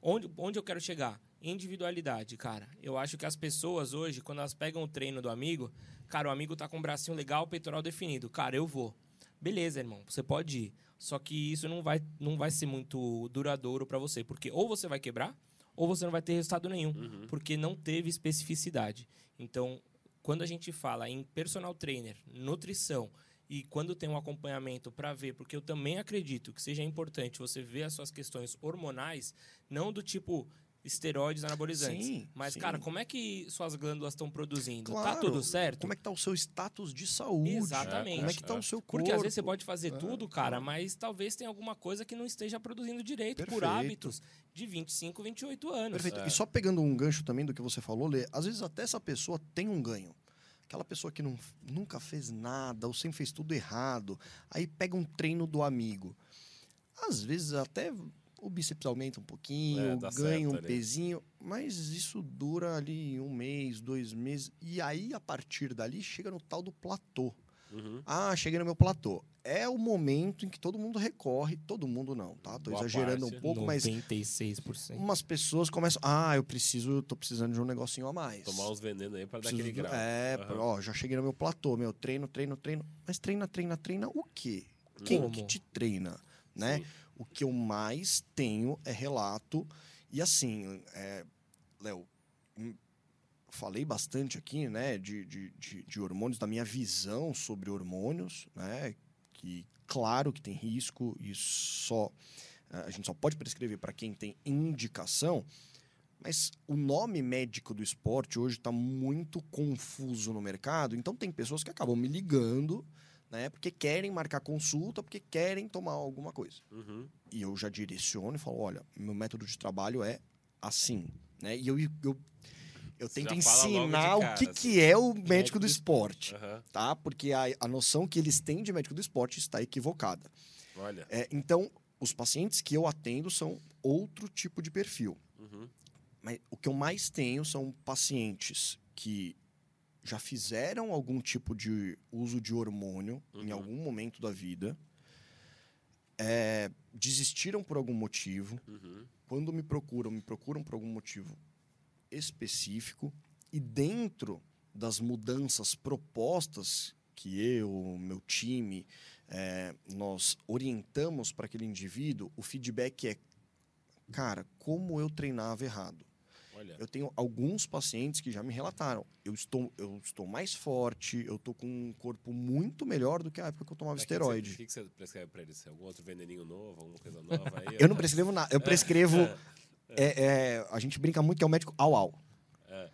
Onde, onde eu quero chegar? Individualidade, cara. Eu acho que as pessoas hoje, quando elas pegam o treino do amigo, cara, o amigo tá com o bracinho legal, peitoral definido. Cara, eu vou. Beleza, irmão, você pode ir. Só que isso não vai, não vai ser muito duradouro para você. Porque ou você vai quebrar, ou você não vai ter resultado nenhum. Uhum. Porque não teve especificidade. Então, quando a gente fala em personal trainer, nutrição, e quando tem um acompanhamento para ver, porque eu também acredito que seja importante você ver as suas questões hormonais, não do tipo esteroides anabolizantes. Sim, mas, sim. cara, como é que suas glândulas estão produzindo? Claro. Tá tudo certo? Como é que tá o seu status de saúde? Exatamente. Como é que tá o seu corpo? Porque às vezes você pode fazer É, tudo, cara, é. mas talvez tenha alguma coisa que não esteja produzindo direito por Perfeito. hábitos de vinte e cinco, vinte e oito anos. Perfeito. É. E só pegando um gancho também do que você falou, Lê, às vezes até essa pessoa tem um ganho. Aquela pessoa que não, nunca fez nada ou sempre fez tudo errado, aí pega um treino do amigo. Às vezes até o bíceps aumenta um pouquinho, É, dá ganha certo um ali. pezinho, mas isso dura ali um mês, dois meses, e aí a partir dali chega no tal do platô. Uhum. Ah, cheguei no meu platô. É o momento em que todo mundo recorre, todo mundo não, tá? Tô Boa exagerando parte. um pouco, mas noventa e seis por cento. umas pessoas começam, ah, eu preciso, tô precisando de um negocinho a mais. Tomar uns venenos aí pra dar Preciso aquele do- grau. É, Aham. ó, já cheguei no meu platô, meu treino, treino, treino. Mas treina, treina, treina o quê? Quem Como? que te treina, né? Sim. O que eu mais tenho é relato. E assim, é, Léo, hum, falei bastante aqui, né, de, de, de, de hormônios, da minha visão sobre hormônios, né? Que, claro que tem risco e só a gente só pode prescrever para quem tem indicação, mas o nome médico do esporte hoje está muito confuso no mercado, então tem pessoas que acabam me ligando, né, porque querem marcar consulta, porque querem tomar alguma coisa. Uhum. E eu já direciono e falo, olha, meu método de trabalho é assim, né? E eu, eu, eu Você tento já fala logo de ensinar cara, o que, assim. que é o médico, Médico do do esporte, Aham. tá? Porque a, a noção que eles têm de médico do esporte está equivocada. Olha. É, então, os pacientes que eu atendo são outro tipo de perfil. Uhum. Mas o que eu mais tenho são pacientes que já fizeram algum tipo de uso de hormônio em Uhum. algum momento da vida, é, desistiram por algum motivo, Uhum. quando me procuram, me procuram por algum motivo específico, e dentro das mudanças propostas que eu, meu time, é, nós orientamos para aquele indivíduo, o feedback é, cara, como eu treinava errado. Olha. Eu tenho alguns pacientes que já me relataram, eu estou, eu estou mais forte, eu estou com um corpo muito melhor do que a época que eu tomava Mas esteroide. O que, que você prescreve pra eles? Algum outro veneninho novo, alguma coisa nova aí? Eu não prescrevo nada, eu prescrevo... É. É, é, a gente brinca muito que é o médico au-au. É.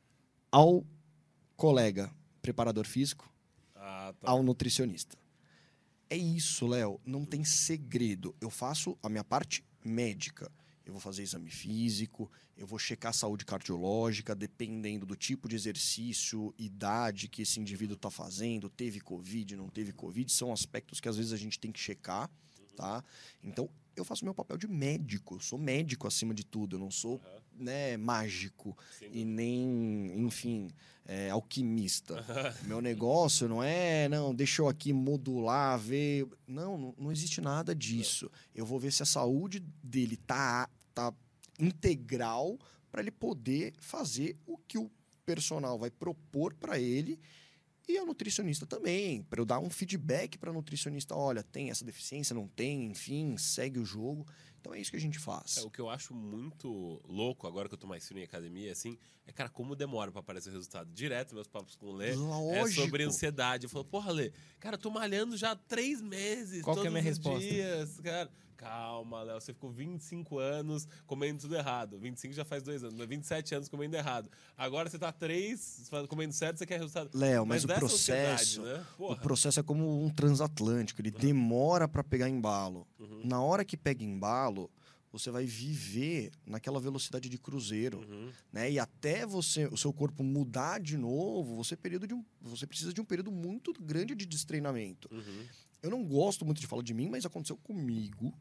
Ao colega preparador físico, Ah, tá. ao nutricionista. É isso, Léo. Não tem segredo. Eu faço a minha parte médica. Eu vou fazer exame físico, eu vou checar a saúde cardiológica, dependendo do tipo de exercício, idade que esse indivíduo está fazendo, teve Covid, não teve Covid, são aspectos que às vezes a gente tem que checar, tá? Então, eu faço meu papel de médico, eu sou médico acima de tudo, eu não sou, Aham. né, mágico Sem e nem, enfim, é, alquimista. Meu negócio não é, não, deixa eu aqui modular, ver. Não, não, não existe nada disso. Eu vou ver se a saúde dele tá, tá integral para ele poder fazer o que o personal vai propor para ele e a nutricionista também, para eu dar um feedback para a nutricionista, olha, tem essa deficiência, não tem, enfim, segue o jogo. Então é isso que a gente faz. É, o que eu acho muito louco, agora que eu tô mais frio em academia, assim, é, cara, como demora pra aparecer o resultado. Direto, meus papos com o Lê, é Lógico. sobre ansiedade. Eu falo, porra, Lê, cara, eu tô malhando já há três meses, Qual que é a todos minha os resposta? dias, cara. Calma, Léo, você ficou vinte e cinco anos comendo tudo errado. vinte e cinco já faz dois anos, mas vinte e sete anos comendo errado. Agora você tá três comendo certo, você quer resultado. Léo, mas, o dessa processo, ansiedade, né? o Porra. processo é como um transatlântico, ele demora para pegar embalo. Uhum. Na hora que pega embalo, você vai viver naquela velocidade de cruzeiro, Uhum. né? E até você, o seu corpo mudar de novo, você, período de um, você precisa de um período muito grande de destreinamento. Uhum. Eu não gosto muito de falar de mim, mas aconteceu comigo.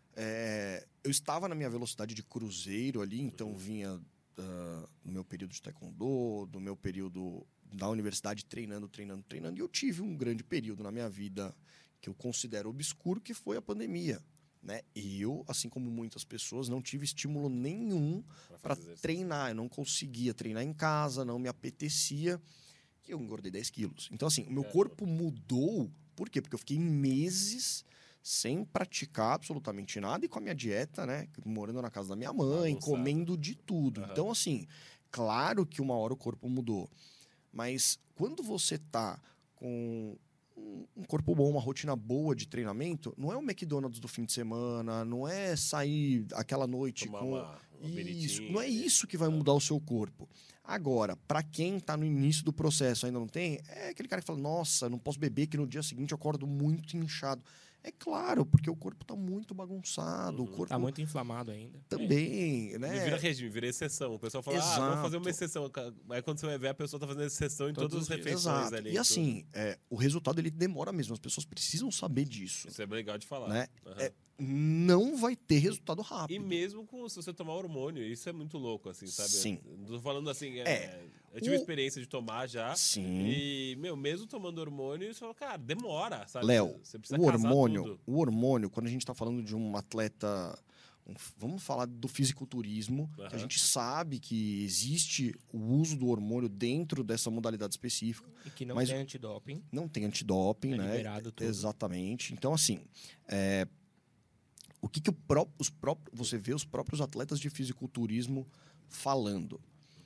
É, eu estava na minha velocidade de cruzeiro ali, então vinha uh, no meu período de taekwondo, do meu período da universidade treinando, treinando, treinando. E eu tive um grande período na minha vida que eu considero obscuro, que foi a pandemia. né? E eu, assim como muitas pessoas, não tive estímulo nenhum para treinar. Eu não conseguia treinar em casa, não me apetecia. E eu engordei dez quilos. Então, assim, o meu Caramba. corpo mudou. Por quê? Porque eu fiquei meses sem praticar absolutamente nada e com a minha dieta, né? Morando na casa da minha mãe, Bagunçado. comendo de tudo. Aham. Então, assim, claro que uma hora o corpo mudou. Mas quando você tá com um um corpo bom, uma rotina boa de treinamento, não é o McDonald's do fim de semana, não é sair aquela noite Tomar com... uma, uma Isso, beritinha não é ali. isso que vai Ah. mudar o seu corpo. Agora, para quem tá no início do processo e ainda não tem, é aquele cara que fala, nossa, não posso beber que no dia seguinte eu acordo muito inchado. É claro, porque o corpo tá muito bagunçado, Uhum. o corpo Tá muito inflamado ainda. também, Me né? vira regime, vira exceção. O pessoal fala, ah, vamos fazer uma Exato. exceção. Aí quando você vai ver, a pessoa tá fazendo exceção em Todos todas os as dias. refeições Exato. ali. E assim, é, o resultado ele demora mesmo, as pessoas precisam saber disso, Isso é legal de falar. né? Aham. É, não vai ter resultado rápido. E mesmo com, se você tomar hormônio, isso é muito louco, assim, sabe? Sim. Não tô falando assim, é, É, eu tive o- experiência de tomar já. Sim. E, meu, mesmo tomando hormônio, você fala, cara, demora, sabe? Léo, Você precisa o casar hormônio, tudo. o hormônio, quando a gente está falando de um atleta, um- vamos falar do fisiculturismo, que a Aham. gente sabe que existe o uso do hormônio dentro dessa modalidade específica. E que não Mas- tem antidoping. Não tem antidoping, É né? liberado tudo. Exatamente. Então, assim, é, o que, que o pró- os próprios, você vê os próprios atletas de fisiculturismo falando?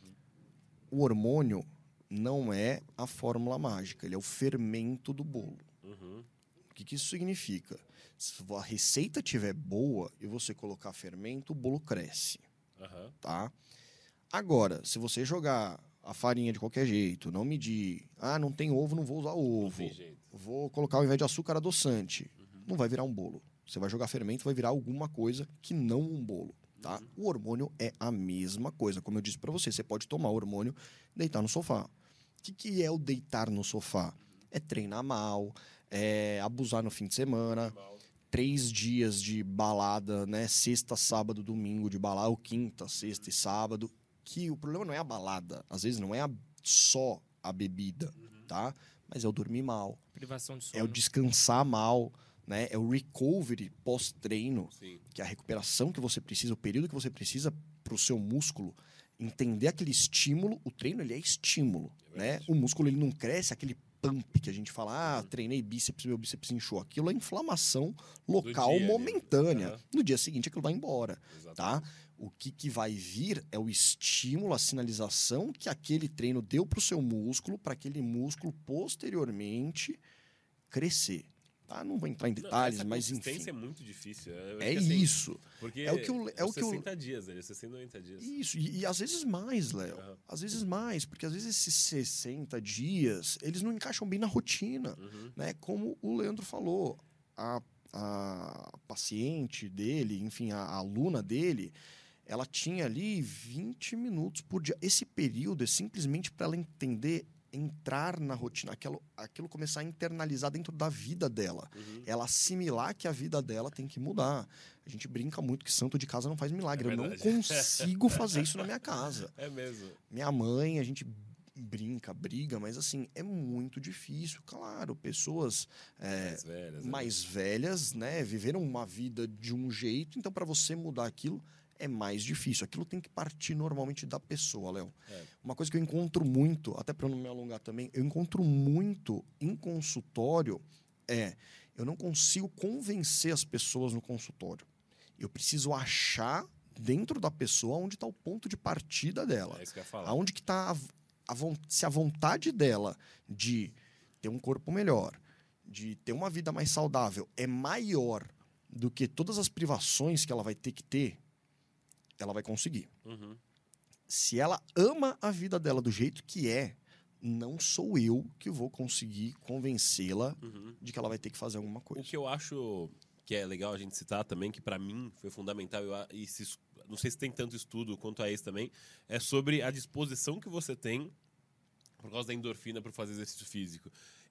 O hormônio não é a fórmula mágica, ele é o fermento do bolo. Uhum. O que, que isso significa? Se a receita estiver boa e você colocar fermento, o bolo cresce, Aham. tá? Agora, se você jogar a farinha de qualquer jeito, não medir, ah, não tem ovo, não vou usar Não ovo, tem jeito. vou colocar ao invés de açúcar adoçante, não vai virar um bolo. Você vai jogar fermento, vai virar alguma coisa que não um bolo, tá? O hormônio é a mesma coisa. Como eu disse pra você, você pode tomar hormônio, deitar no sofá. O que, que é o deitar no sofá? É treinar mal, é abusar no fim de semana, Mal. três dias de balada, né? Sexta, sábado, domingo de balada, ou quinta, sexta e sábado. Que o problema não é a balada, às vezes não é a- só a bebida, tá? Mas é o dormir mal, Privação de sono. é o descansar mal, né? É o recovery pós-treino, Sim. que é a recuperação que você precisa, o período que você precisa para o seu músculo entender aquele estímulo. O treino ele é estímulo, É né? verdade. O músculo ele não cresce aquele pump que a gente fala, ah, treinei bíceps, meu bíceps inchou. Aquilo é inflamação local dia ali. momentânea. Aham. No dia seguinte aquilo vai embora, tá? Exatamente. O que, que vai vir é o estímulo, a sinalização que aquele treino deu para o seu músculo, para aquele músculo posteriormente crescer. Tá? Não vou entrar em Não, detalhes, essa mas consistência enfim. é muito difícil. Eu É acho que, assim, isso. Porque É o que o- é o que o- sessenta dias, né? sessenta, noventa dias. Isso. E, e às vezes mais, Léo. Aham. Às vezes mais, porque às vezes esses sessenta dias, eles não encaixam bem na rotina. Uhum. Né? Como o Leandro falou, a, a paciente dele, enfim, a, a aluna dele, ela tinha ali vinte minutos por dia. Esse período é simplesmente para ela entender, entrar na rotina, aquilo, aquilo começar a internalizar dentro da vida dela. Uhum. Ela assimilar que a vida dela tem que mudar. A gente brinca muito que santo de casa não faz milagre. É Eu não verdade. consigo fazer isso na minha casa. É mesmo. Minha mãe, a gente brinca, briga, mas assim, é muito difícil. Claro, pessoas é, Mais velhas. né? mais velhas, né, viveram uma vida de um jeito, então para você mudar aquilo é mais difícil. Aquilo tem que partir normalmente da pessoa, Léo. É. Uma coisa que eu encontro muito, até para não me alongar também, eu encontro muito em consultório é, eu não consigo convencer as pessoas no consultório. Eu preciso achar dentro da pessoa onde está o ponto de partida dela. É isso que eu ia falar. Aonde que está a, a von- se a vontade dela de ter um corpo melhor, de ter uma vida mais saudável é maior do que todas as privações que ela vai ter que ter, ela vai conseguir. Uhum. Se ela ama a vida dela do jeito que é, não sou eu que vou conseguir convencê-la Uhum. de que ela vai ter que fazer alguma O coisa. que eu acho que é legal a gente citar também, que pra mim foi fundamental, eu a- e se, não sei se tem tanto estudo quanto a esse também, é sobre a disposição que você tem por causa da endorfina para fazer exercício físico.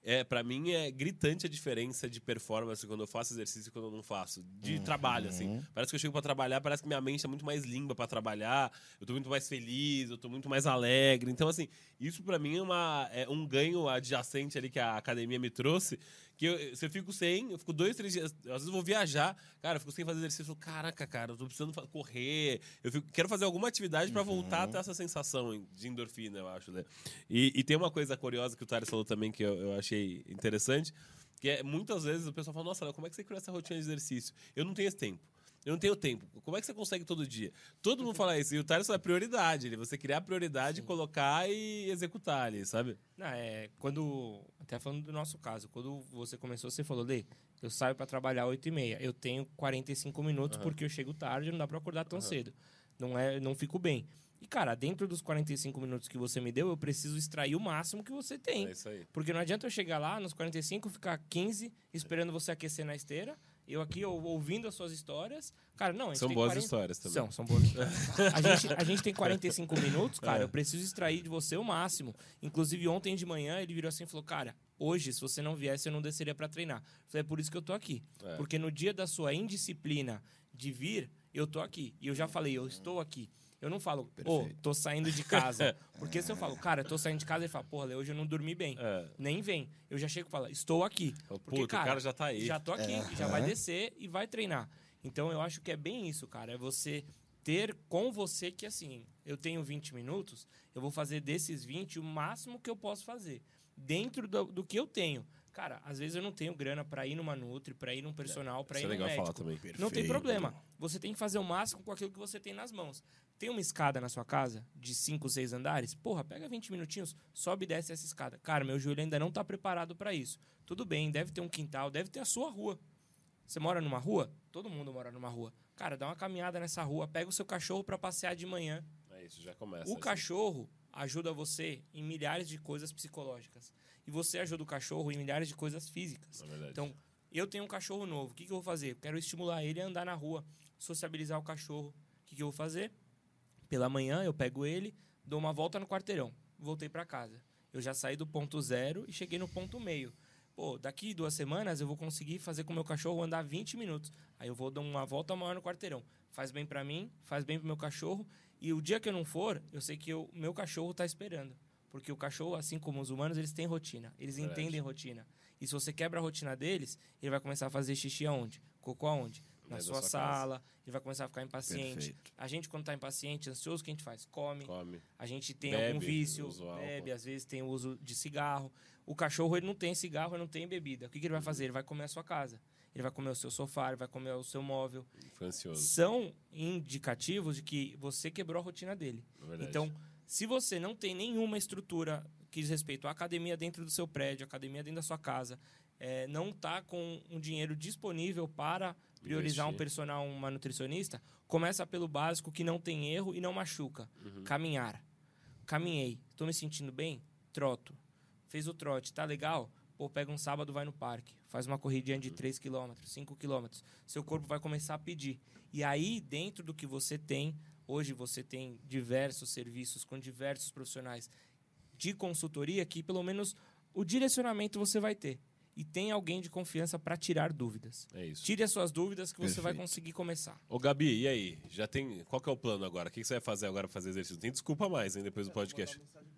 é, pra mim é gritante a diferença de performance quando eu faço exercício e quando eu não faço. De uhum. trabalho, assim. Parece que eu chego pra trabalhar, parece que minha mente é muito mais limpa pra trabalhar, eu tô muito mais feliz, eu tô muito mais alegre. Então, assim, isso pra mim é, uma, é um ganho adjacente ali que a academia me trouxe, que eu, se eu fico sem, eu fico dois, três dias, às vezes eu vou viajar, cara, eu fico sem fazer exercício, eu falo, caraca, cara, eu tô precisando correr, eu fico, quero fazer alguma atividade pra voltar uhum. a ter essa sensação de endorfina, eu acho, né? E, e tem uma coisa curiosa que o Thales falou também, que eu, eu achei interessante, que é, muitas vezes o pessoal fala, nossa, como é que você criou essa rotina de exercício? Eu não tenho esse tempo. Eu não tenho tempo. Como é que você consegue todo dia? Todo mundo fala isso. E o Thales é prioridade. Ele, você criar a prioridade, Sim. colocar e executar ali, sabe? Não, é, quando, até falando do nosso caso, quando você começou, você falou, Lê, eu saio para trabalhar oito e meia. Eu tenho quarenta e cinco minutos uhum. porque eu chego tarde, não dá para acordar tão uhum. cedo. Não, é, não fico bem. E, cara, dentro dos quarenta e cinco minutos que você me deu, eu preciso extrair o máximo que você tem. É isso aí. Porque não adianta eu chegar lá nos quarenta e cinco, ficar quinze, esperando você aquecer na esteira, eu aqui ouvindo as suas histórias. Cara, não, a gente São tem boas quarenta... histórias também. São, são boas histórias. a, gente, a gente tem quarenta e cinco minutos, cara, é. eu preciso extrair de você o máximo. Inclusive, ontem de manhã, ele virou assim e falou, cara, hoje, se você não viesse, eu não desceria pra treinar. Eu falei, é por isso que eu tô aqui. É. Porque no dia da sua indisciplina de vir, eu tô aqui. E eu já falei, eu estou aqui. Eu não falo, ô, oh, tô saindo de casa. Porque se eu falo, cara, tô saindo de casa, ele fala, porra, Lê, hoje eu não dormi bem. É. Nem vem. Eu já chego e falo, estou aqui. Porque, Puta, cara, o cara já tá aí. Já tô aqui, é. já é. vai descer e vai treinar. Então, eu acho que é bem isso, cara. É você ter com você que, assim, eu tenho vinte minutos, eu vou fazer desses vinte o máximo que eu posso fazer. Dentro do, do que eu tenho. Cara, às vezes eu não tenho grana pra ir numa Nutri, pra ir num personal, pra ir num médico. Falar também. Não tem problema. Você tem que fazer o máximo com aquilo que você tem nas mãos. Tem uma escada na sua casa de cinco, seis andares? Porra, pega vinte minutinhos, sobe e desce essa escada. Cara, meu joelho ainda não tá preparado pra isso. Tudo bem, deve ter um quintal, deve ter a sua rua. Você mora numa rua? Todo mundo mora numa rua. Cara, dá uma caminhada nessa rua, pega o seu cachorro pra passear de manhã. É isso, já começa. O assim. Cachorro ajuda você em milhares de coisas psicológicas. E você ajuda o cachorro em milhares de coisas físicas. É verdade. Então, eu tenho um cachorro novo. O que, que eu vou fazer? Eu quero estimular ele a andar na rua, sociabilizar o cachorro. O que, que eu vou fazer? Pela manhã, eu pego ele, dou uma volta no quarteirão. Voltei para casa. Eu já saí do ponto zero e cheguei no ponto meio. Pô, daqui duas semanas eu vou conseguir fazer com o meu cachorro andar vinte minutos. Aí eu vou dar uma volta maior no quarteirão. Faz bem para mim, faz bem pro meu cachorro. E o dia que eu não for, eu sei que o meu cachorro tá esperando. Porque o cachorro, assim como os humanos, eles têm rotina. Eles Verdade. entendem rotina. E se você quebra a rotina deles, ele vai começar a fazer xixi aonde? Cocô aonde? Na sua, sua sala. Casa. Ele vai começar a ficar impaciente. Perfeito. A gente, quando tá impaciente, ansioso, o que a gente faz? Come. Come. A gente tem bebe, algum vício. Bebe, álcool. às vezes tem o uso de cigarro. O cachorro, ele não tem cigarro, ele não tem bebida. O que, que ele vai fazer? Ele vai comer a sua casa. Ele vai comer o seu sofá, ele vai comer o seu móvel. Fica ansioso. São indicativos de que você quebrou a rotina dele. É então, se você não tem nenhuma estrutura que diz respeito à academia dentro do seu prédio, academia dentro da sua casa, é, não está com um dinheiro disponível para priorizar Investir. um personal, uma nutricionista, começa pelo básico que não tem erro e não machuca. Uhum. Caminhar. Caminhei. Estou me sentindo bem? Troto. Fez o trote. Tá legal? Pô, pega um sábado, vai no parque. Faz uma corridinha de três quilômetros, cinco quilômetros. Seu corpo vai começar a pedir. E aí, dentro do que você tem, hoje você tem diversos serviços com diversos profissionais de consultoria que, pelo menos, o direcionamento você vai ter. E tem alguém de confiança para tirar dúvidas. É isso. Tire as suas dúvidas que Perfeito. você vai conseguir começar. Ô, Gabi, e aí? Já tem... Qual que é o plano agora? O que você vai fazer agora para fazer exercício? Não tem desculpa mais, hein, depois do podcast.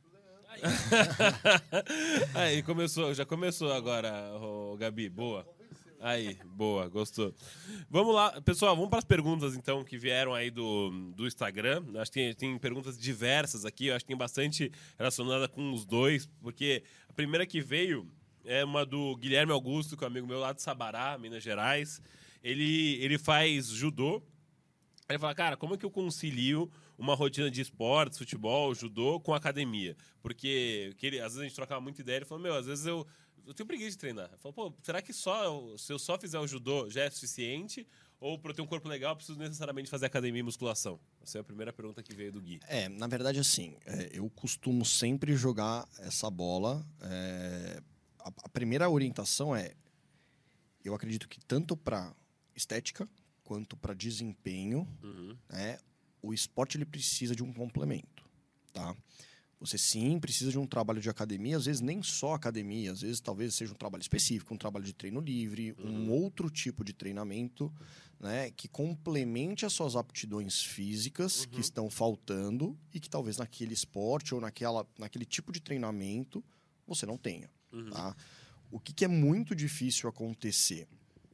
Aí, começou, já começou agora, ô, Gabi. Boa. Aí, boa, gostou. Vamos lá, pessoal, vamos para as perguntas, então, que vieram aí do, do Instagram. Acho que tem, tem perguntas diversas aqui, eu acho que tem bastante relacionada com os dois, porque a primeira que veio é uma do Guilherme Augusto, que é um amigo meu lá de Sabará, Minas Gerais. Ele, ele faz judô. Ele fala, cara, como é que eu concilio uma rotina de esportes, futebol, judô com academia? Porque que ele, às vezes a gente trocava muita ideia, ele falou, meu, às vezes eu, eu tenho preguiça de treinar. Eu falo, pô, será que só, se eu só fizer o judô já é suficiente? Ou para eu ter um corpo legal, eu preciso necessariamente fazer academia e musculação? Essa é a primeira pergunta que veio do Gui. É, na verdade, assim, é, eu costumo sempre jogar essa bola. É, a, a primeira orientação é, eu acredito que tanto para estética quanto para desempenho, uhum. né, o esporte ele precisa de um complemento, tá? Você sim precisa de um trabalho de academia, às vezes nem só academia, às vezes talvez seja um trabalho específico, um trabalho de treino livre, uhum. um outro tipo de treinamento, né, que complemente as suas aptidões físicas uhum. que estão faltando e que talvez naquele esporte ou naquela, naquele tipo de treinamento você não tenha. Uhum. Tá? O que, que é muito difícil acontecer?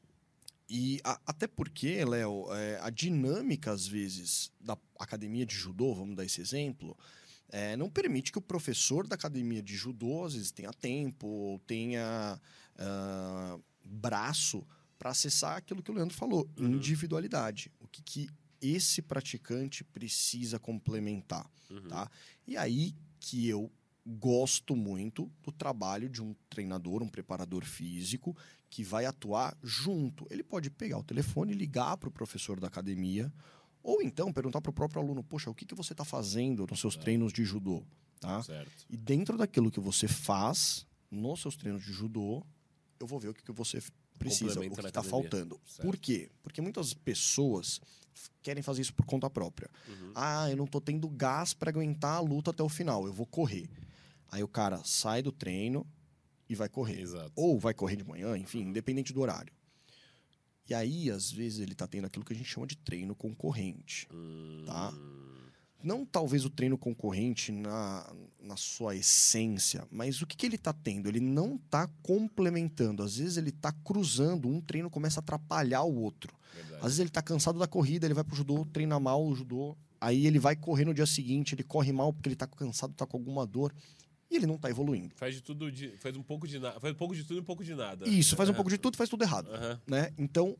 E a, até porque, Léo, é, a dinâmica, às vezes, da academia de judô, vamos dar esse exemplo, é, não permite que o professor da academia de judô, às vezes, tenha tempo ou tenha uh, braço para acessar aquilo que o Leandro falou, uhum. individualidade. O que, que esse praticante precisa complementar. Uhum. Tá? E aí que eu gosto muito do trabalho de um treinador, um preparador físico, que vai atuar junto. Ele pode pegar o telefone, ligar para o professor da academia, ou então perguntar para o próprio aluno, poxa, o que, que você está fazendo nos seus é. treinos de judô? Tá? Certo. E dentro daquilo que você faz nos seus treinos de judô, eu vou ver o que, que você precisa, o que está faltando. Certo. Por quê? Porque muitas pessoas querem fazer isso por conta própria. Uhum. Ah, eu não estou tendo gás para aguentar a luta até o final, eu vou correr. Aí o cara sai do treino e vai correr. Exato. Ou vai correr de manhã, enfim, independente do horário. E aí, às vezes, ele está tendo aquilo que a gente chama de treino concorrente. Hum... Tá? Não talvez o treino concorrente na, na sua essência, mas o que, que ele está tendo? Ele não está complementando. Às vezes ele está cruzando, um treino começa a atrapalhar o outro. Verdade. Às vezes ele está cansado da corrida, ele vai pro judô, treina mal o judô. Aí ele vai correr no dia seguinte, ele corre mal porque ele está cansado, está com alguma dor. E ele não está evoluindo. Faz de tudo, de, faz um pouco de nada, faz um pouco de tudo e um pouco de nada. Isso, faz um uhum. pouco de tudo e faz tudo errado. Uhum. Né? Então,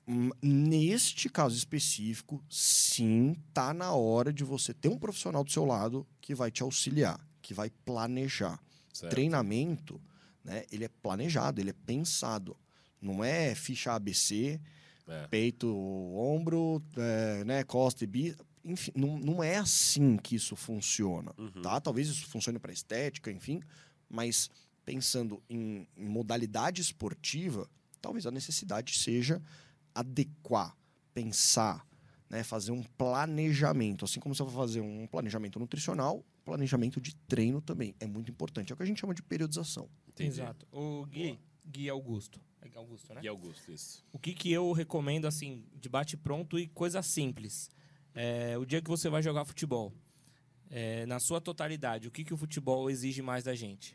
neste caso específico, sim, tá na hora de você ter um profissional do seu lado que vai te auxiliar, que vai planejar. Certo. Treinamento, né, ele é planejado, ele é pensado. Não é ficha A B C, é. peito, ombro, é, né, costa e bíceps. Enfim, não, não é assim que isso funciona. Uhum. Tá? Talvez isso funcione para estética, enfim, mas pensando em, em modalidade esportiva, talvez a necessidade seja adequar, pensar, né, fazer um planejamento. Assim como você vai fazer um planejamento nutricional, planejamento de treino também é muito importante. É o que a gente chama de periodização. Entendi. Exato. O Gui, Gui Augusto. É Augusto, né? Gui Augusto, isso. O que, que eu recomendo, assim, de bate-pronto e coisa simples? É, o dia que você vai jogar futebol, é, na sua totalidade, o que, que o futebol exige mais da gente?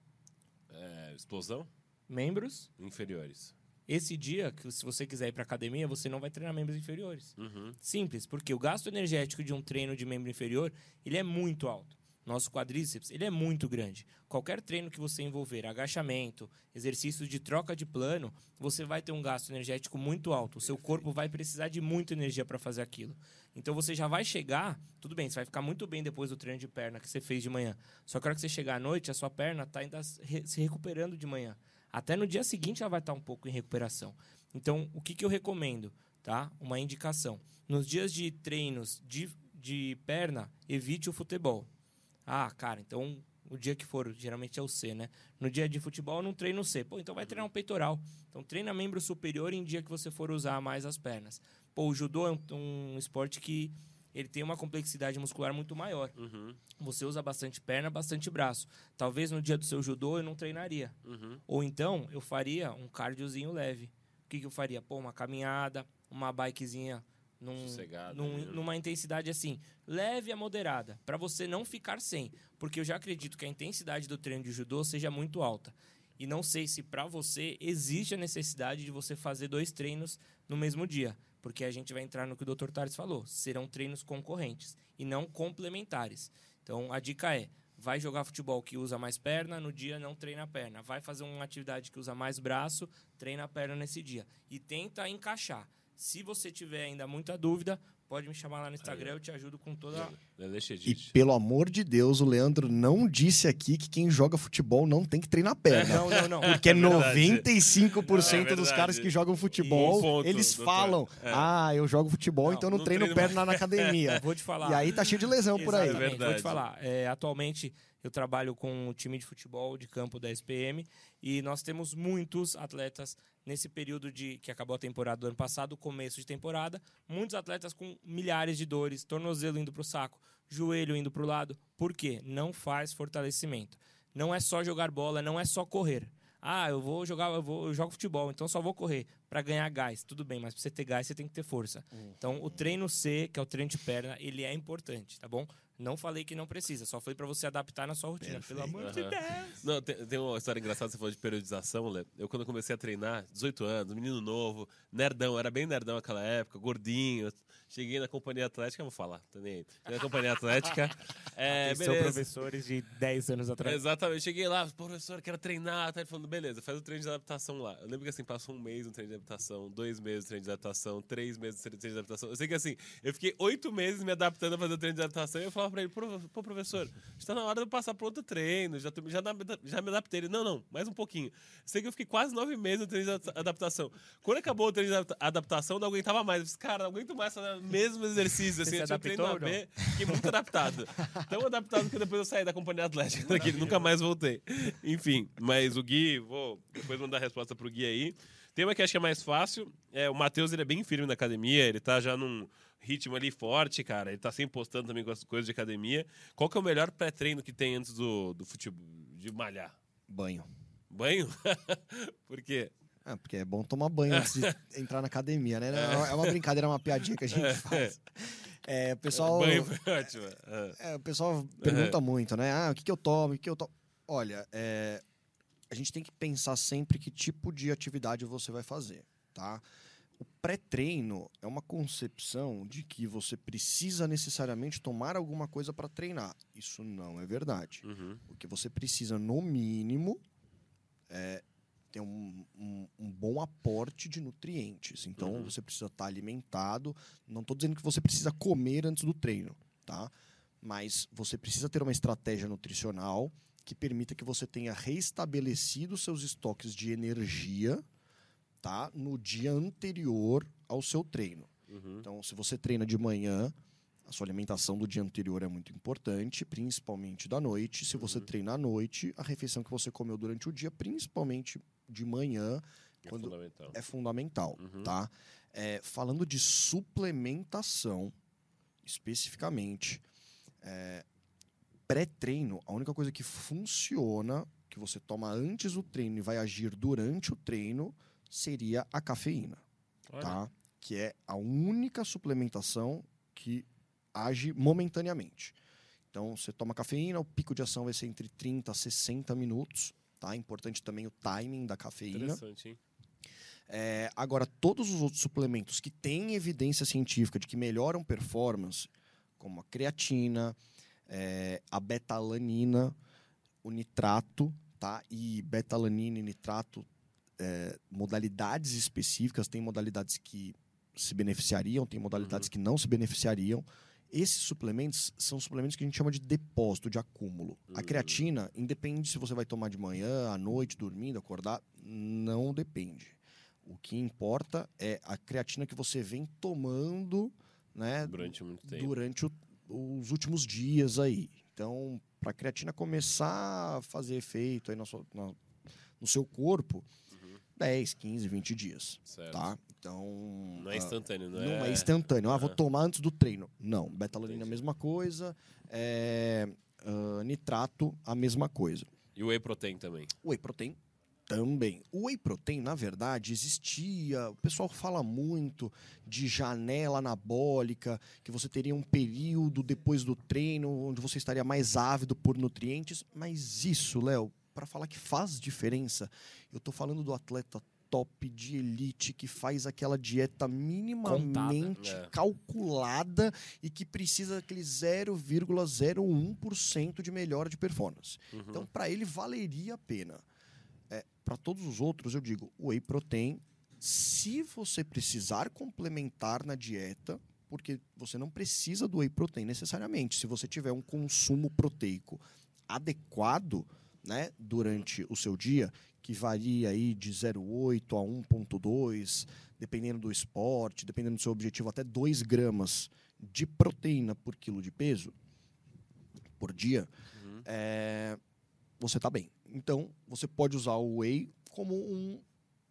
É, explosão? Membros? Inferiores. Esse dia, que se você quiser ir para academia, você não vai treinar membros inferiores. Uhum. Simples, porque o gasto energético de um treino de membro inferior, ele é muito alto. Nosso quadríceps, ele é muito grande. Qualquer treino que você envolver, agachamento, exercícios de troca de plano, você vai ter um gasto energético muito alto. O seu corpo vai precisar de muita energia para fazer aquilo. Então você já vai chegar, tudo bem, você vai ficar muito bem depois do treino de perna que você fez de manhã. Só que a hora que você chegar à noite, a sua perna está ainda se recuperando de manhã. Até no dia seguinte ela vai estar um pouco em recuperação. Então, o que, que eu recomendo? Tá? Uma indicação. Nos dias de treinos de, de perna, evite o futebol. Ah, cara, então o dia que for, geralmente é o C, né? No dia de futebol, eu não treino o C. Pô, então vai treinar um peitoral. Então treina membro superior em dia que você for usar mais as pernas. Pô, o judô é um, um esporte que ele tem uma complexidade muscular muito maior. Uhum. Você usa bastante perna, bastante braço. Talvez no dia do seu judô eu não treinaria. Uhum. Ou então eu faria um cardiozinho leve. O que, que eu faria? Pô, uma caminhada, uma bikezinha num, num, numa intensidade assim, leve a moderada, para você não ficar sem. Porque eu já acredito que a intensidade do treino de judô seja muito alta. E não sei se para você existe a necessidade de você fazer dois treinos no mesmo dia. Porque a gente vai entrar no que o doutor Tales falou. Serão treinos concorrentes e não complementares. Então, a dica é, vai jogar futebol que usa mais perna, no dia não treina a perna. Vai fazer uma atividade que usa mais braço, treina a perna nesse dia. E tenta encaixar. Se você tiver ainda muita dúvida, pode me chamar lá no Instagram, eu te ajudo com toda a... E pelo amor de Deus, o Leandro não disse aqui que quem joga futebol não tem que treinar perna. Não, não, não. Porque é noventa e cinco por cento é dos caras que jogam futebol, ponto, eles doutor. falam, é. ah, eu jogo futebol, não, então eu não, não treino, treino perna na academia. Vou te falar. E aí tá cheio de lesão por aí. Exatamente, vou te falar. É, atualmente, eu trabalho com o time de futebol de campo da S P M e nós temos muitos atletas nesse período de que acabou a temporada do ano passado, começo de temporada, muitos atletas com milhares de dores, tornozelo indo para o saco, joelho indo para o lado. Por quê? Não faz fortalecimento. Não é só jogar bola, não é só correr. Ah, eu vou jogar, eu, vou, eu jogo futebol, então só vou correr para ganhar gás. Tudo bem, mas para você ter gás, você tem que ter força. Uhum. Então, o treino C, que é o treino de perna, ele é importante, tá bom? Não falei que não precisa, só falei pra você adaptar na sua rotina. Perfeito. Pelo amor Uhum. de Deus. Não, tem, tem uma história engraçada, você falou de periodização, Lê. Eu, quando comecei a treinar, dezoito anos, menino novo, nerdão, era bem nerdão naquela época, gordinho. Cheguei na Companhia Atlética, vou falar, tô nem aí. Cheguei na Companhia Atlética. é, São beleza. professores de dez anos atrás. Exatamente, cheguei lá, professor, quero treinar. Tá ele falando, beleza, faz o treino de adaptação lá. Eu lembro que assim, passou um mês no treino de adaptação, dois meses no treino de adaptação, três meses no treino de adaptação. Eu sei que assim, eu fiquei oito meses me adaptando a fazer o treino de adaptação e eu falava pra ele, pô, professor, está na hora de eu passar para outro treino, já, tô, já, já me adaptei. Ele, não, não, mais um pouquinho. Sei que eu fiquei quase nove meses no treino de adaptação. Quando acabou o treino de adaptação, não aguentava mais. Eu disse, cara, não aguento mais fazer o mesmo exercício. Assim, Você eu se tinha treino adaptou, A B, fiquei muito adaptado. Tão adaptado que depois eu saí da Companhia Atlética daqui, nunca mais voltei. Enfim, mas o Gui, vou depois mandar a resposta pro Gui aí. Tem uma que acho que é mais fácil. É, o Matheus, ele é bem firme na academia, ele tá já num ritmo ali forte, cara. Ele tá sempre postando também com as coisas de academia. Qual que é o melhor pré-treino que tem antes do, do futebol, de malhar? Banho. Banho? Por quê? É, porque é bom tomar banho antes de entrar na academia, né? É uma brincadeira, é uma piadinha que a gente faz. É, o pessoal... Banho foi ótimo. É, o pessoal pergunta muito, né? Ah, o que, que eu tomo? O que, que eu tomo? Olha, é... a gente tem que pensar sempre que tipo de atividade você vai fazer, tá? O pré-treino é uma concepção de que você precisa necessariamente tomar alguma coisa para treinar. Isso não é verdade. Uhum. O que você precisa, no mínimo, é ter um, um, um bom aporte de nutrientes. Então, uhum. você precisa estar alimentado. Não estou dizendo que você precisa comer antes do treino, tá? Mas você precisa ter uma estratégia nutricional que permita que você tenha reestabelecido seus estoques de energia, tá, no dia anterior ao seu treino. Uhum. Então, se você treina de manhã, a sua alimentação do dia anterior é muito importante, principalmente da noite. Se você uhum. treina à noite, a refeição que você comeu durante o dia, principalmente de manhã, é quando fundamental. É fundamental, uhum. tá? É, falando de suplementação, especificamente, é, pré-treino, a única coisa que funciona, que você toma antes do treino e vai agir durante o treino, seria a cafeína, tá? Que é a única suplementação que age momentaneamente. Então, você toma cafeína, o pico de ação vai ser entre trinta a sessenta minutos, tá? Importante também o timing da cafeína. Interessante, hein? É, agora, todos os outros suplementos que têm evidência científica de que melhoram performance, como a creatina, é, a betalanina, o nitrato, tá? E betalanina e nitrato, é, modalidades específicas, tem modalidades que se beneficiariam, tem modalidades uhum. que não se beneficiariam. Esses suplementos são suplementos que a gente chama de depósito, de acúmulo. Uhum. A creatina, independe se você vai tomar de manhã, à noite, dormindo, acordar, não depende. O que importa é a creatina que você vem tomando, né, durante muito tempo. Durante o, os últimos dias aí. Então, para a creatina começar a fazer efeito aí na sua, na, no seu corpo, uhum. dez, quinze, vinte dias. Certo. Tá? Então, não é instantâneo, não é? Não é instantâneo. Ah, uhum. vou tomar antes do treino. Não. Betalanina, a mesma coisa. É, uh, nitrato, a mesma coisa. E o whey protein também? O whey protein também. O whey protein, na verdade, existia... O pessoal fala muito de janela anabólica, que você teria um período depois do treino onde você estaria mais ávido por nutrientes. Mas isso, Léo, para falar que faz diferença, eu tô falando do atleta top de elite que faz aquela dieta minimamente Contada, né? calculada e que precisa daquele zero vírgula zero um por cento de melhora de performance. Uhum. Então, para ele, valeria a pena. É, para todos os outros, eu digo, whey protein, se você precisar complementar na dieta, porque você não precisa do whey protein necessariamente. Se você tiver um consumo proteico adequado, né, durante o seu dia, que varia aí de zero vírgula oito a um vírgula dois, dependendo do esporte, dependendo do seu objetivo, até dois gramas de proteína por quilo de peso por dia, uhum. é, você tá bem. Então, você pode usar o whey como um,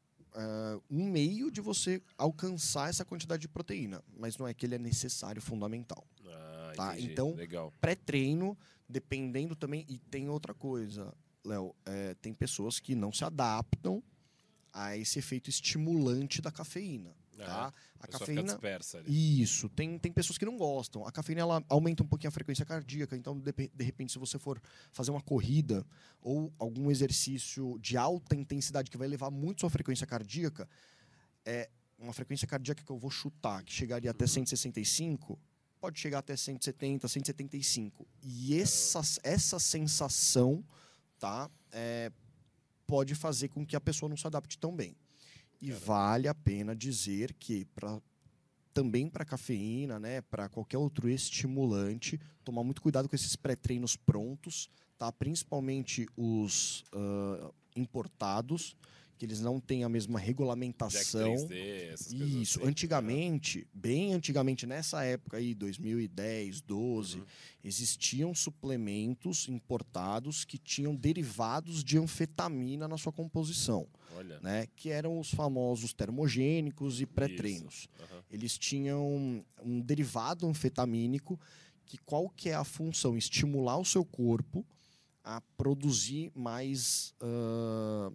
uh, um meio de você alcançar essa quantidade de proteína, mas não é que ele é necessário, fundamental. Ah, Tá? entendi. Então, Legal. pré-treino, dependendo também... E tem outra coisa, Léo. É, tem pessoas que não se adaptam a esse efeito estimulante da cafeína. Tá? A, A pessoa cafeína... fica dispersa ali. Isso. Tem, tem pessoas que não gostam. A cafeína ela aumenta um pouquinho a frequência cardíaca. Então, de, de repente, se você for fazer uma corrida ou algum exercício de alta intensidade que vai levar muito sua frequência cardíaca, é uma frequência cardíaca que eu vou chutar, que chegaria até cento e sessenta e cinco... pode chegar até cento e setenta, cento e setenta e cinco. E essa, essa sensação, tá, é, pode fazer com que a pessoa não se adapte tão bem. E Caramba. Vale a pena dizer que pra, também para cafeína, né, para qualquer outro estimulante, tomar muito cuidado com esses pré-treinos prontos, tá, principalmente os uh, importados, que eles não têm a mesma regulamentação. Jack três D, essas coisas Isso, assim. antigamente, uhum. bem antigamente, nessa época aí, dois mil e dez, doze, uhum. existiam suplementos importados que tinham derivados de anfetamina na sua composição. Olha. Né, que eram os famosos termogênicos e pré-treinos. Uhum. Eles tinham um derivado anfetamínico que qual que é a função? Estimular o seu corpo a produzir mais... Uh,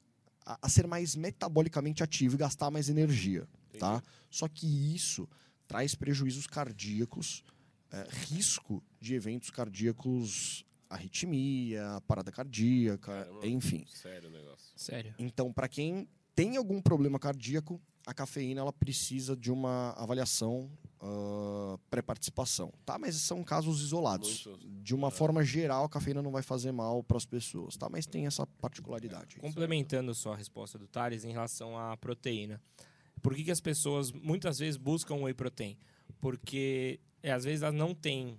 a ser mais metabolicamente ativo e gastar mais energia, tá? Só que isso traz prejuízos cardíacos, é, risco de eventos cardíacos, arritmia, parada cardíaca, Caramba, enfim. Sério o negócio. Sério. Então, para quem tem algum problema cardíaco, a cafeína ela precisa de uma avaliação uh, pré-participação, tá? Mas são casos isolados. Muito... De uma é. forma geral, a cafeína não vai fazer mal para as pessoas, tá? Mas tem essa particularidade. É. Complementando só a resposta do Thales em relação à proteína. Por que, que as pessoas muitas vezes buscam whey protein? Porque é, às vezes elas não têm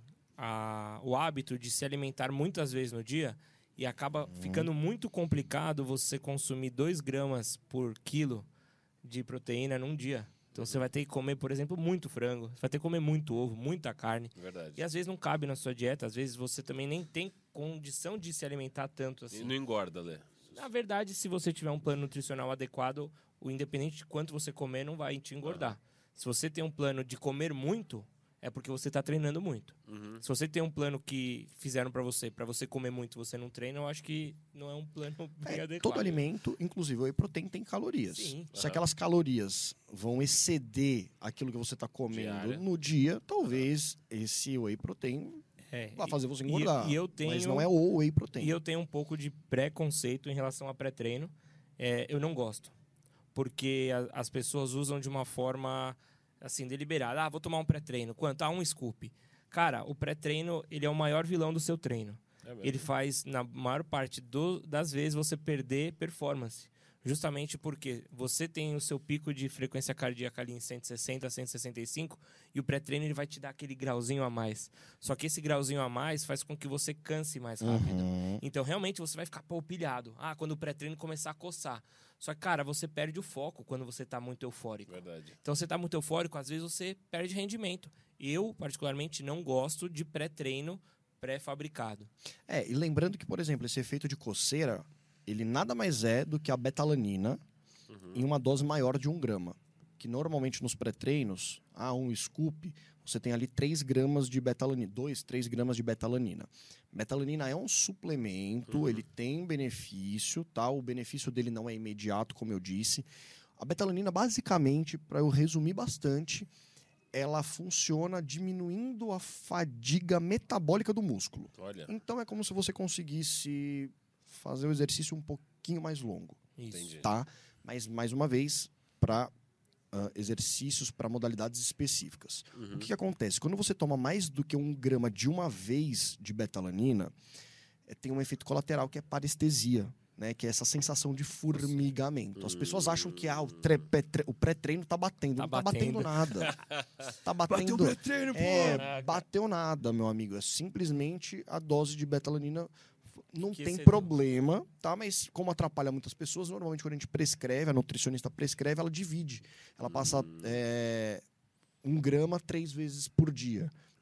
a, o hábito de se alimentar muitas vezes no dia e acaba hum. ficando muito complicado você consumir dois gramas por quilo de proteína num dia. Então você vai ter que comer, por exemplo, muito frango, você vai ter que comer muito ovo, muita carne. Verdade. E às vezes não cabe na sua dieta, às vezes você também nem tem condição de se alimentar tanto assim. E não engorda, Lê? Na verdade, se você tiver um plano nutricional adequado, o independente de quanto você comer, não vai te engordar. Uhum. Se você tem um plano de comer muito, é porque você está treinando muito. Uhum. Se você tem um plano que fizeram para você, para você comer muito, você não treina, eu acho que não é um plano bem é, adequado. Todo alimento, inclusive o whey protein, tem calorias. Sim. Se uhum. aquelas calorias vão exceder aquilo que você está comendo Diária. no dia, talvez uhum. esse whey protein é, vai fazer você engordar. E, e eu tenho, mas não é o whey protein. E eu tenho um pouco de preconceito em relação a pré-treino. É, eu não gosto. Porque a, as pessoas usam de uma forma... assim, deliberado. Ah, vou tomar um pré-treino. Quanto? Ah, um scoop. Cara, o pré-treino, ele é o maior vilão do seu treino. É ele faz, na maior parte do, das vezes, você perder performance. Justamente porque você tem o seu pico de frequência cardíaca ali em cento e sessenta, cento e sessenta e cinco e o pré-treino ele vai te dar aquele grauzinho a mais. Só que esse grauzinho a mais faz com que você canse mais rápido. Uhum. Então, realmente, você vai ficar pilhado. Ah, quando o pré-treino começar a coçar. Só que, cara, você perde o foco quando você tá muito eufórico. Verdade. Então, você tá muito eufórico, às vezes você perde rendimento. Eu, particularmente, não gosto de pré-treino pré-fabricado. É, e lembrando que, por exemplo, esse efeito de coceira, ele nada mais é do que a betalanina uhum. em uma dose maior de um grama. Que normalmente nos pré-treinos, ah, um scoop, você tem ali três gramas de betalanina, dois, três gramas de betalanina. Betalanina é um suplemento, uhum. ele tem benefício, tá? O benefício dele não é imediato, como eu disse. A betalanina, basicamente, para eu resumir bastante, ela funciona diminuindo a fadiga metabólica do músculo. Olha. Então é como se você conseguisse fazer o exercício um pouquinho mais longo. Isso. Tá? Mas, mais uma vez, para uh, exercícios, para modalidades específicas. Uhum. O que, que acontece? Quando você toma mais do que um grama de uma vez de betalanina, é, tem um efeito colateral que é parestesia, né? Que é essa sensação de formigamento. As pessoas acham que ah, o, tre- pre- o pré-treino tá batendo. Tá Não batendo. tá batendo nada. Tá batendo. Bateu o pré-treino, pô! É, bateu nada, meu amigo. É simplesmente a dose de betalanina. Não que tem seja. problema, tá? Mas como atrapalha muitas pessoas, normalmente quando a gente prescreve, a nutricionista prescreve, ela divide. Ela passa hum. é, um grama três vezes por dia.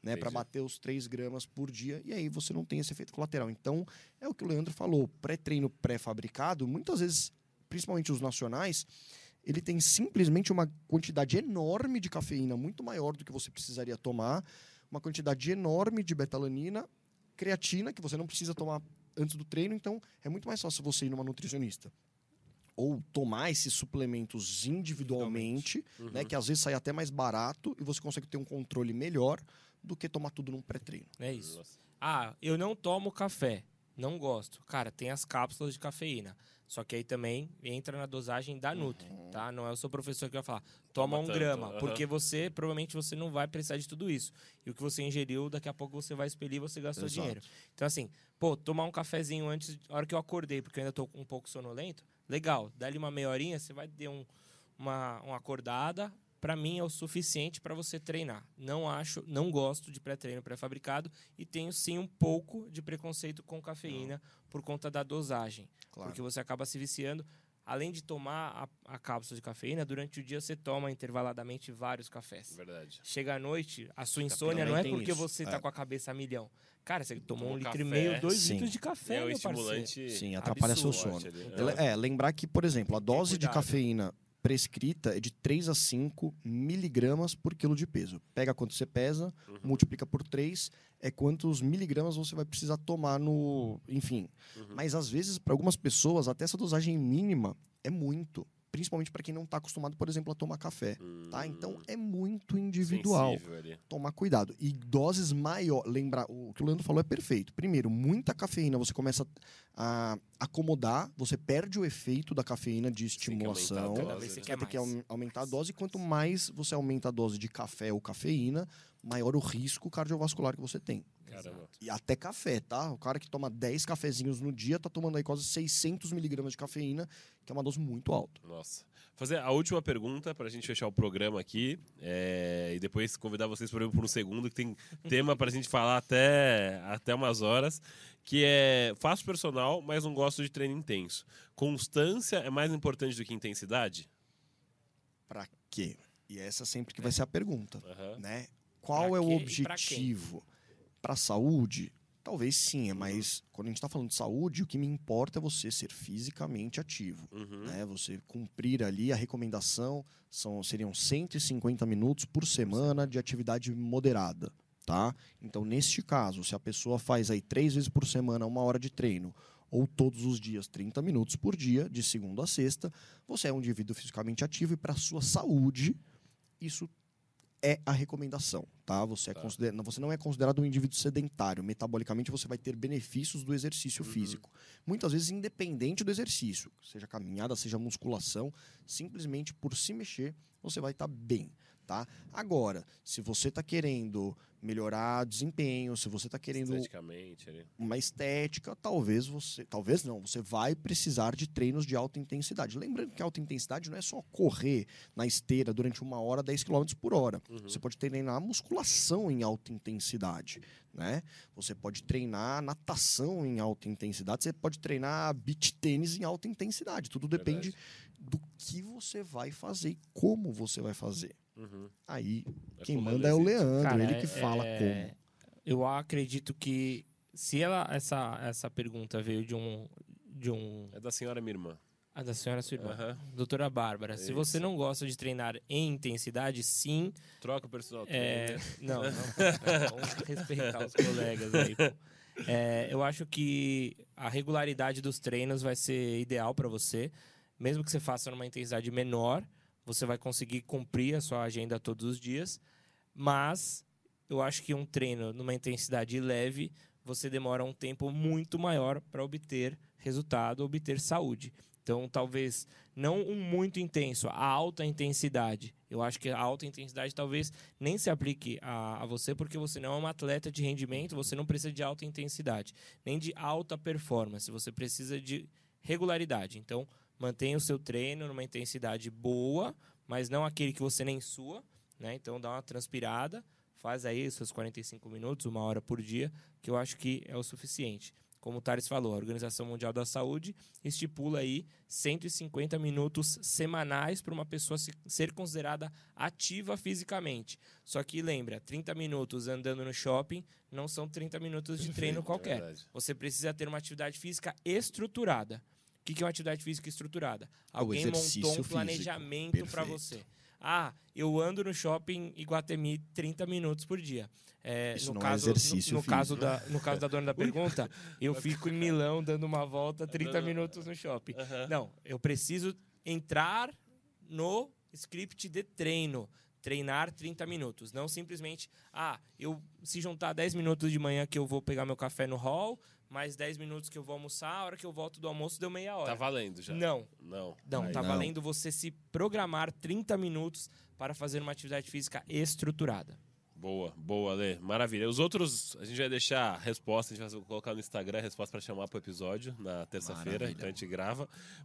né, para bater os três gramas por dia, e aí você não tem esse efeito colateral. Então, é o que o Leandro falou, pré-treino pré-fabricado, muitas vezes, principalmente os nacionais, ele tem simplesmente uma quantidade enorme de cafeína, muito maior do que você precisaria tomar, uma quantidade enorme de betalanina, creatina, que você não precisa tomar antes do treino, então é muito mais fácil você ir numa nutricionista ou tomar esses suplementos individualmente, uhum. né, que às vezes sai até mais barato e você consegue ter um controle melhor do que tomar tudo num pré-treino. É isso. Nossa. Ah, eu não tomo café, não gosto. Cara, tem as cápsulas de cafeína. Só que aí também entra na dosagem da Nutri, uhum. tá? Não é o seu professor que vai falar, toma, toma um tanto, grama, uhum. porque você, provavelmente, você não vai precisar de tudo isso. E o que você ingeriu, daqui a pouco você vai expelir e você gastou Exato. dinheiro. Então, assim, pô, tomar um cafezinho antes, na hora que eu acordei, porque eu ainda tô um pouco sonolento, legal, dá-lhe uma meia horinha, você vai ter um, uma, uma acordada, para mim é o suficiente para você treinar. Não acho, não gosto de pré-treino pré-fabricado e tenho sim um pouco de preconceito com cafeína não. por conta da dosagem. Claro. Porque você acaba se viciando. Além de tomar a, a cápsula de cafeína, durante o dia você toma intervaladamente vários cafés. Verdade. Chega à noite, a sua insônia não é porque isso. você está é. com a cabeça a milhão. Cara, você tomou Tomou um litro café. e meio, dois Sim. litros de café, é, meu estimulante... Sim, atrapalha Absurdo. seu sono. Então, é, lembrar que, por exemplo, a dose de cafeína prescrita é de três a cinco miligramas por quilo de peso. Pega quanto você pesa, uhum. multiplica por três, é quantos miligramas você vai precisar tomar no... Enfim. Uhum. Mas, às vezes, para algumas pessoas, até essa dosagem mínima é muito. Principalmente para quem não está acostumado, por exemplo, a tomar café. Hum. Tá? Então, é muito individual. Tomar cuidado. E doses maiores... Lembrar, o que o Leandro falou é perfeito. Primeiro, muita cafeína, você começa a acomodar, você perde o efeito da cafeína de estimulação. Você tem que aumentar a dose. E quanto mais você aumenta a dose de café ou cafeína, maior o risco cardiovascular que você tem. Caramba. E até café, tá? O cara que toma dez cafezinhos no dia tá tomando aí quase seiscentos miligramas de cafeína, que é uma dose muito alta. Nossa. Fazer a última pergunta pra gente fechar o programa aqui é... e depois convidar vocês por, por um segundo, que tem tema pra gente falar até, até umas horas, que é faço personal, mas não gosto de treino intenso. Constância é mais importante do que intensidade? Pra quê? E essa sempre que vai ser a pergunta, uhum. né? Qual pra é quê? o objetivo? Para a saúde, talvez sim, mas quando a gente está falando de saúde, o que me importa é você ser fisicamente ativo. Uhum. Né? Você cumprir ali a recomendação, são, seriam cento e cinquenta minutos por semana de atividade moderada. Tá? Então, neste caso, se a pessoa faz aí três vezes por semana uma hora de treino, ou todos os dias trinta minutos por dia, de segunda a sexta, você é um indivíduo fisicamente ativo e para a sua saúde, isso é a recomendação, tá? Você, é tá. Consider... você não é considerado um indivíduo sedentário. Metabolicamente, você vai ter benefícios do exercício uhum. físico. Muitas vezes, independente do exercício, seja caminhada, seja musculação, simplesmente por se mexer, você vai estar tá bem, tá? Agora, se você está querendo melhorar desempenho, se você está querendo esteticamente, ali. uma estética, talvez você... Talvez não, você vai precisar de treinos de alta intensidade. Lembrando que alta intensidade não é só correr na esteira durante uma hora, dez quilômetros por hora. Uhum. Você pode treinar musculação em alta intensidade, né? Você pode treinar natação em alta intensidade, você pode treinar beach tênis em alta intensidade. Tudo depende Verdade. do que você vai fazer e como você vai fazer. Uhum. Aí, é quem manda é o Leandro, Cara, ele que é, fala é... como. Eu acredito que se ela, essa, essa pergunta veio de um, de um... É da senhora minha irmã. A da senhora sua irmã. Uhum. Doutora Bárbara, Isso. se você não gosta de treinar em intensidade, sim... Troca o personal é... Não, não, não. Vamos respeitar os colegas aí. É, eu acho que a regularidade dos treinos vai ser ideal para você. Mesmo que você faça numa intensidade menor, você vai conseguir cumprir a sua agenda todos os dias. Mas eu acho que um treino numa intensidade leve, você demora um tempo muito maior para obter resultado, obter saúde. Então, talvez não um muito intenso, a alta intensidade. Eu acho que a alta intensidade talvez nem se aplique a, a você, porque você não é um atleta de rendimento, você não precisa de alta intensidade, nem de alta performance, você precisa de regularidade. Então, mantenha o seu treino numa intensidade boa, mas não aquele que você nem sua, né? Então, dá uma transpirada, faz aí os seus quarenta e cinco minutos, uma hora por dia, que eu acho que é o suficiente. como o Thales falou, a Organização Mundial da Saúde estipula aí cento e cinquenta minutos semanais para uma pessoa se, ser considerada ativa fisicamente. Só que lembra, trinta minutos andando no shopping não são trinta minutos de treino qualquer. É Você precisa ter uma atividade física estruturada. O que é uma atividade física estruturada? Alguém montou um planejamento para você. Ah, eu ando no shopping Iguatemi trinta minutos por dia. É, Isso no não caso, é exercício no, no físico. caso da, no caso da dona da pergunta, eu fico em Milão dando uma volta trinta minutos no shopping. Uhum. Não, eu preciso entrar no script de treino. Treinar trinta minutos. Não simplesmente, ah, eu se juntar dez minutos de manhã que eu vou pegar meu café no hall, mais dez minutos que eu vou almoçar, a hora que eu volto do almoço deu meia hora. Tá valendo já. Não. Não. Não, Aí tá não. valendo você se programar trinta minutos para fazer uma atividade física estruturada. Boa, boa, Lê. Maravilha. Os outros, a gente vai deixar a resposta, a gente vai colocar no Instagram a resposta para chamar pro episódio na terça-feira, Maravilha. então a gente grava.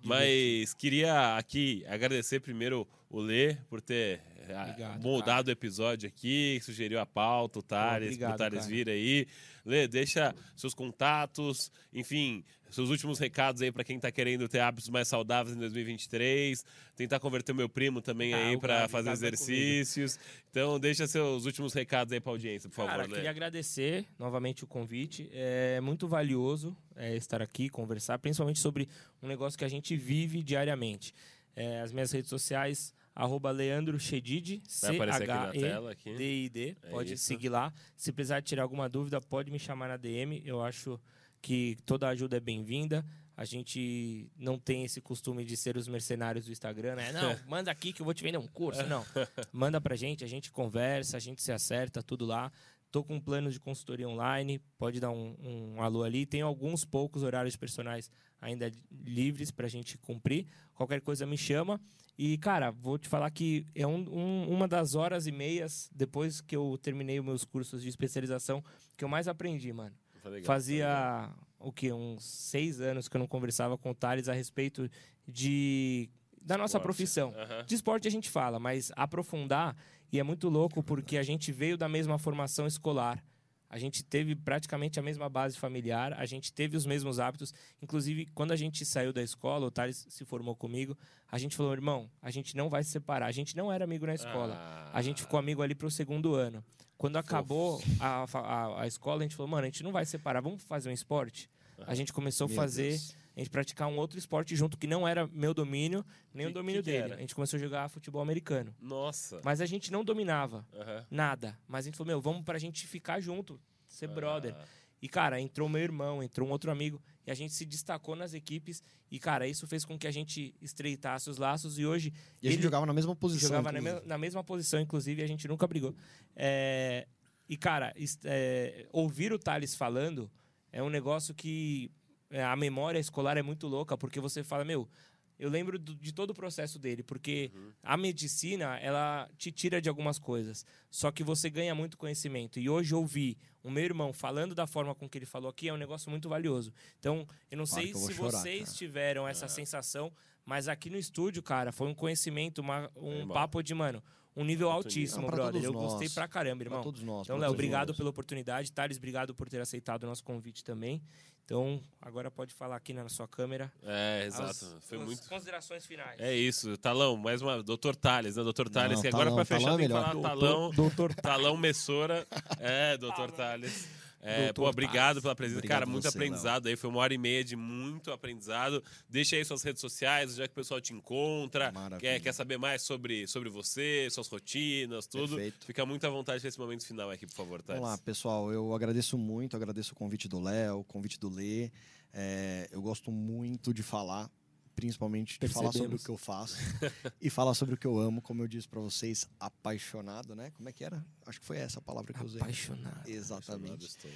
Mas queria aqui agradecer primeiro o Lê por ter ah, Obrigado, moldado o episódio aqui, sugeriu a pauta, o Thales, Obrigado, pro Thales cara. vir aí. Lê, deixa seus contatos, enfim, seus últimos recados aí para quem tá querendo ter hábitos mais saudáveis em dois mil e vinte e três, tentar converter meu primo também Ah, aí o para Gabi, fazer Gabi vai exercícios. Então deixa seus últimos recados aí pra audiência, por favor, Cara, Lê. queria agradecer novamente o convite. É muito valioso é, estar aqui, conversar, principalmente sobre um negócio que a gente vive diariamente. É, as minhas redes sociais, arroba Leandro Chedid, Vai C aparecer aqui na H tela. E Aqui. D I D. É Pode isso. seguir lá. Se precisar tirar alguma dúvida, pode me chamar na D M. Eu acho que toda ajuda é bem-vinda. A gente não tem esse costume de ser os mercenários do Instagram, né? Não, manda aqui que eu vou te vender um curso. Não, manda pra gente, a gente conversa, a gente se acerta, tudo lá. Tô com planos de consultoria online, pode dar um, um alô ali. Tem alguns poucos horários personais ainda livres pra gente cumprir. Qualquer coisa me chama. E, cara, vou te falar que é um, um, uma das horas e meias, depois que eu terminei os meus cursos de especialização, que eu mais aprendi, mano. Tá legal, tá legal. Fazia, o quê? Uns seis anos que eu não conversava com o Thales a respeito de, da nossa Esporte. profissão. Aham. De esporte a gente fala, mas aprofundar, e é muito louco porque a gente veio da mesma formação escolar. A gente teve praticamente a mesma base familiar, a gente teve os mesmos hábitos. Inclusive, quando a gente saiu da escola, o Thales se formou comigo, a gente falou, irmão, a gente não vai se separar. A gente não era amigo na escola. Ah. A gente ficou amigo ali pro segundo ano. Quando acabou a, a, a escola, a gente falou, mano, a gente não vai se separar, vamos fazer um esporte? A gente começou a Meu fazer, Deus. a gente praticar um outro esporte junto, que não era meu domínio, nem Que- o domínio que que dele. era? A gente começou a jogar futebol americano. Nossa. Mas a gente não dominava Aham. nada. Mas a gente falou, meu, vamos pra gente ficar junto, ser brother. Ah. E, cara, entrou meu irmão, entrou um outro amigo, e a gente se destacou nas equipes. E, cara, isso fez com que a gente estreitasse os laços. E hoje, E a gente ele jogava na mesma posição. jogava na, inclusive. me- na mesma posição, inclusive, e a gente nunca brigou. É, e, cara, est- é, ouvir o Thales falando é um negócio que é, a memória escolar é muito louca, porque você fala, meu, eu lembro do- de todo o processo dele, porque a medicina, ela te tira de algumas coisas, só que você ganha muito conhecimento. E hoje ouvir o meu irmão falando da forma com que ele falou aqui é um negócio muito valioso. Então, eu não Claro sei que eu vou se chorar, vocês cara. tiveram essa sensação, mas aqui no estúdio, cara, foi um conhecimento, uma- um Irmão. papo de, mano, um nível Alto altíssimo, nível. Pra brother. Eu todos nós. gostei pra caramba, Pra irmão. todos nós. Então, pra Léo, todos obrigado nós. pela oportunidade. Thales, obrigado por ter aceitado o nosso convite também. Então, agora pode falar aqui na sua câmera. É, exato. As- Foi as muito. considerações finais. É isso, Talão, mais uma. doutor Tales, né? doutor Tales, Não, que agora Talão, pra fechar Talão é tem que melhor. falar Talão. Doutor Talão Messora. É, doutor Tales. É, Doutor pô, obrigado Tales. pela presença. Obrigado Cara, muito você, aprendizado aí. Foi uma hora e meia de muito aprendizado. Deixa aí suas redes sociais, já que o pessoal te encontra. Maravilha. Quer, quer saber mais sobre, sobre você, suas rotinas, tudo. Perfeito. Fica muito à vontade nesse momento final aqui, por favor, Tales. Vamos lá, pessoal. Eu agradeço muito, agradeço o convite do Léo, o convite do Lê. É, eu gosto muito de falar, principalmente de falar sobre o Percebemos. que eu faço e falar sobre o que eu amo, como eu disse pra vocês, apaixonado, né? Como é que era? Acho que foi essa a palavra que eu usei. Apaixonado. Exatamente. Estou.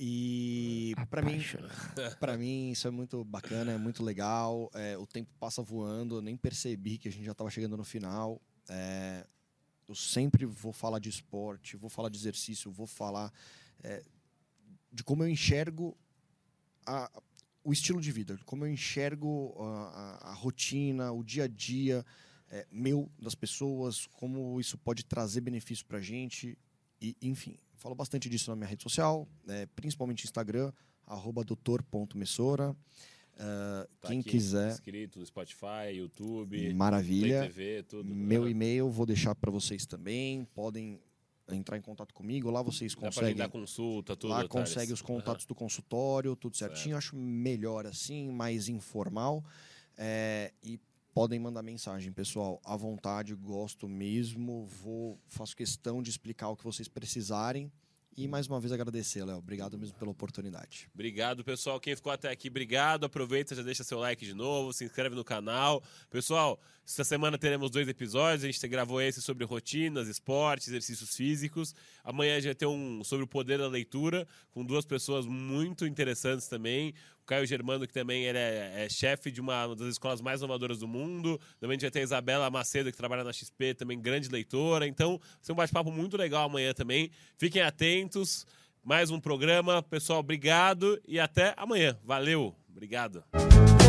E pra mim, Apaixonado. para mim isso é muito bacana, é muito legal. É, o tempo passa voando, eu nem percebi que a gente já estava chegando no final. É, eu sempre vou falar de esporte, vou falar de exercício, vou falar é, de como eu enxergo a, o estilo de vida, como eu enxergo a, a, a rotina, o dia a dia é, meu, das pessoas, como isso pode trazer benefício para a gente. E, enfim, falo bastante disso na minha rede social, é, principalmente Instagram, arroba doutor ponto messora. Uh, Tá quem aqui quiser, inscrito no Spotify, YouTube, maravilha. Play T V, tudo. Meu Uhum. e-mail vou deixar para vocês também. Podem entrar em contato comigo. Lá vocês Dá pra conseguem. dar consulta, tudo. Lá Thales. consegue os contatos do consultório, tudo certinho. Acho melhor assim, mais informal. É, e podem mandar mensagem, pessoal. À vontade, gosto mesmo. Vou, faço questão de explicar o que vocês precisarem. E mais uma vez agradecer, Léo. Obrigado mesmo pela oportunidade. Obrigado, pessoal. Quem ficou até aqui, obrigado. Aproveita, já deixa seu like de novo, se inscreve no canal. Pessoal, essa semana teremos dois episódios. A gente gravou esse sobre rotinas, esportes, exercícios físicos. Amanhã a gente vai ter um sobre o poder da leitura, com duas pessoas muito interessantes também. O Caio Germano, que também ele é, é chefe de uma das escolas mais inovadoras do mundo. Também a gente vai ter a Isabela Macedo, que trabalha na X P, também grande leitora. Então, vai ser um bate-papo muito legal amanhã também. Fiquem atentos. Mais um programa. Pessoal, obrigado e até amanhã. Valeu. Obrigado.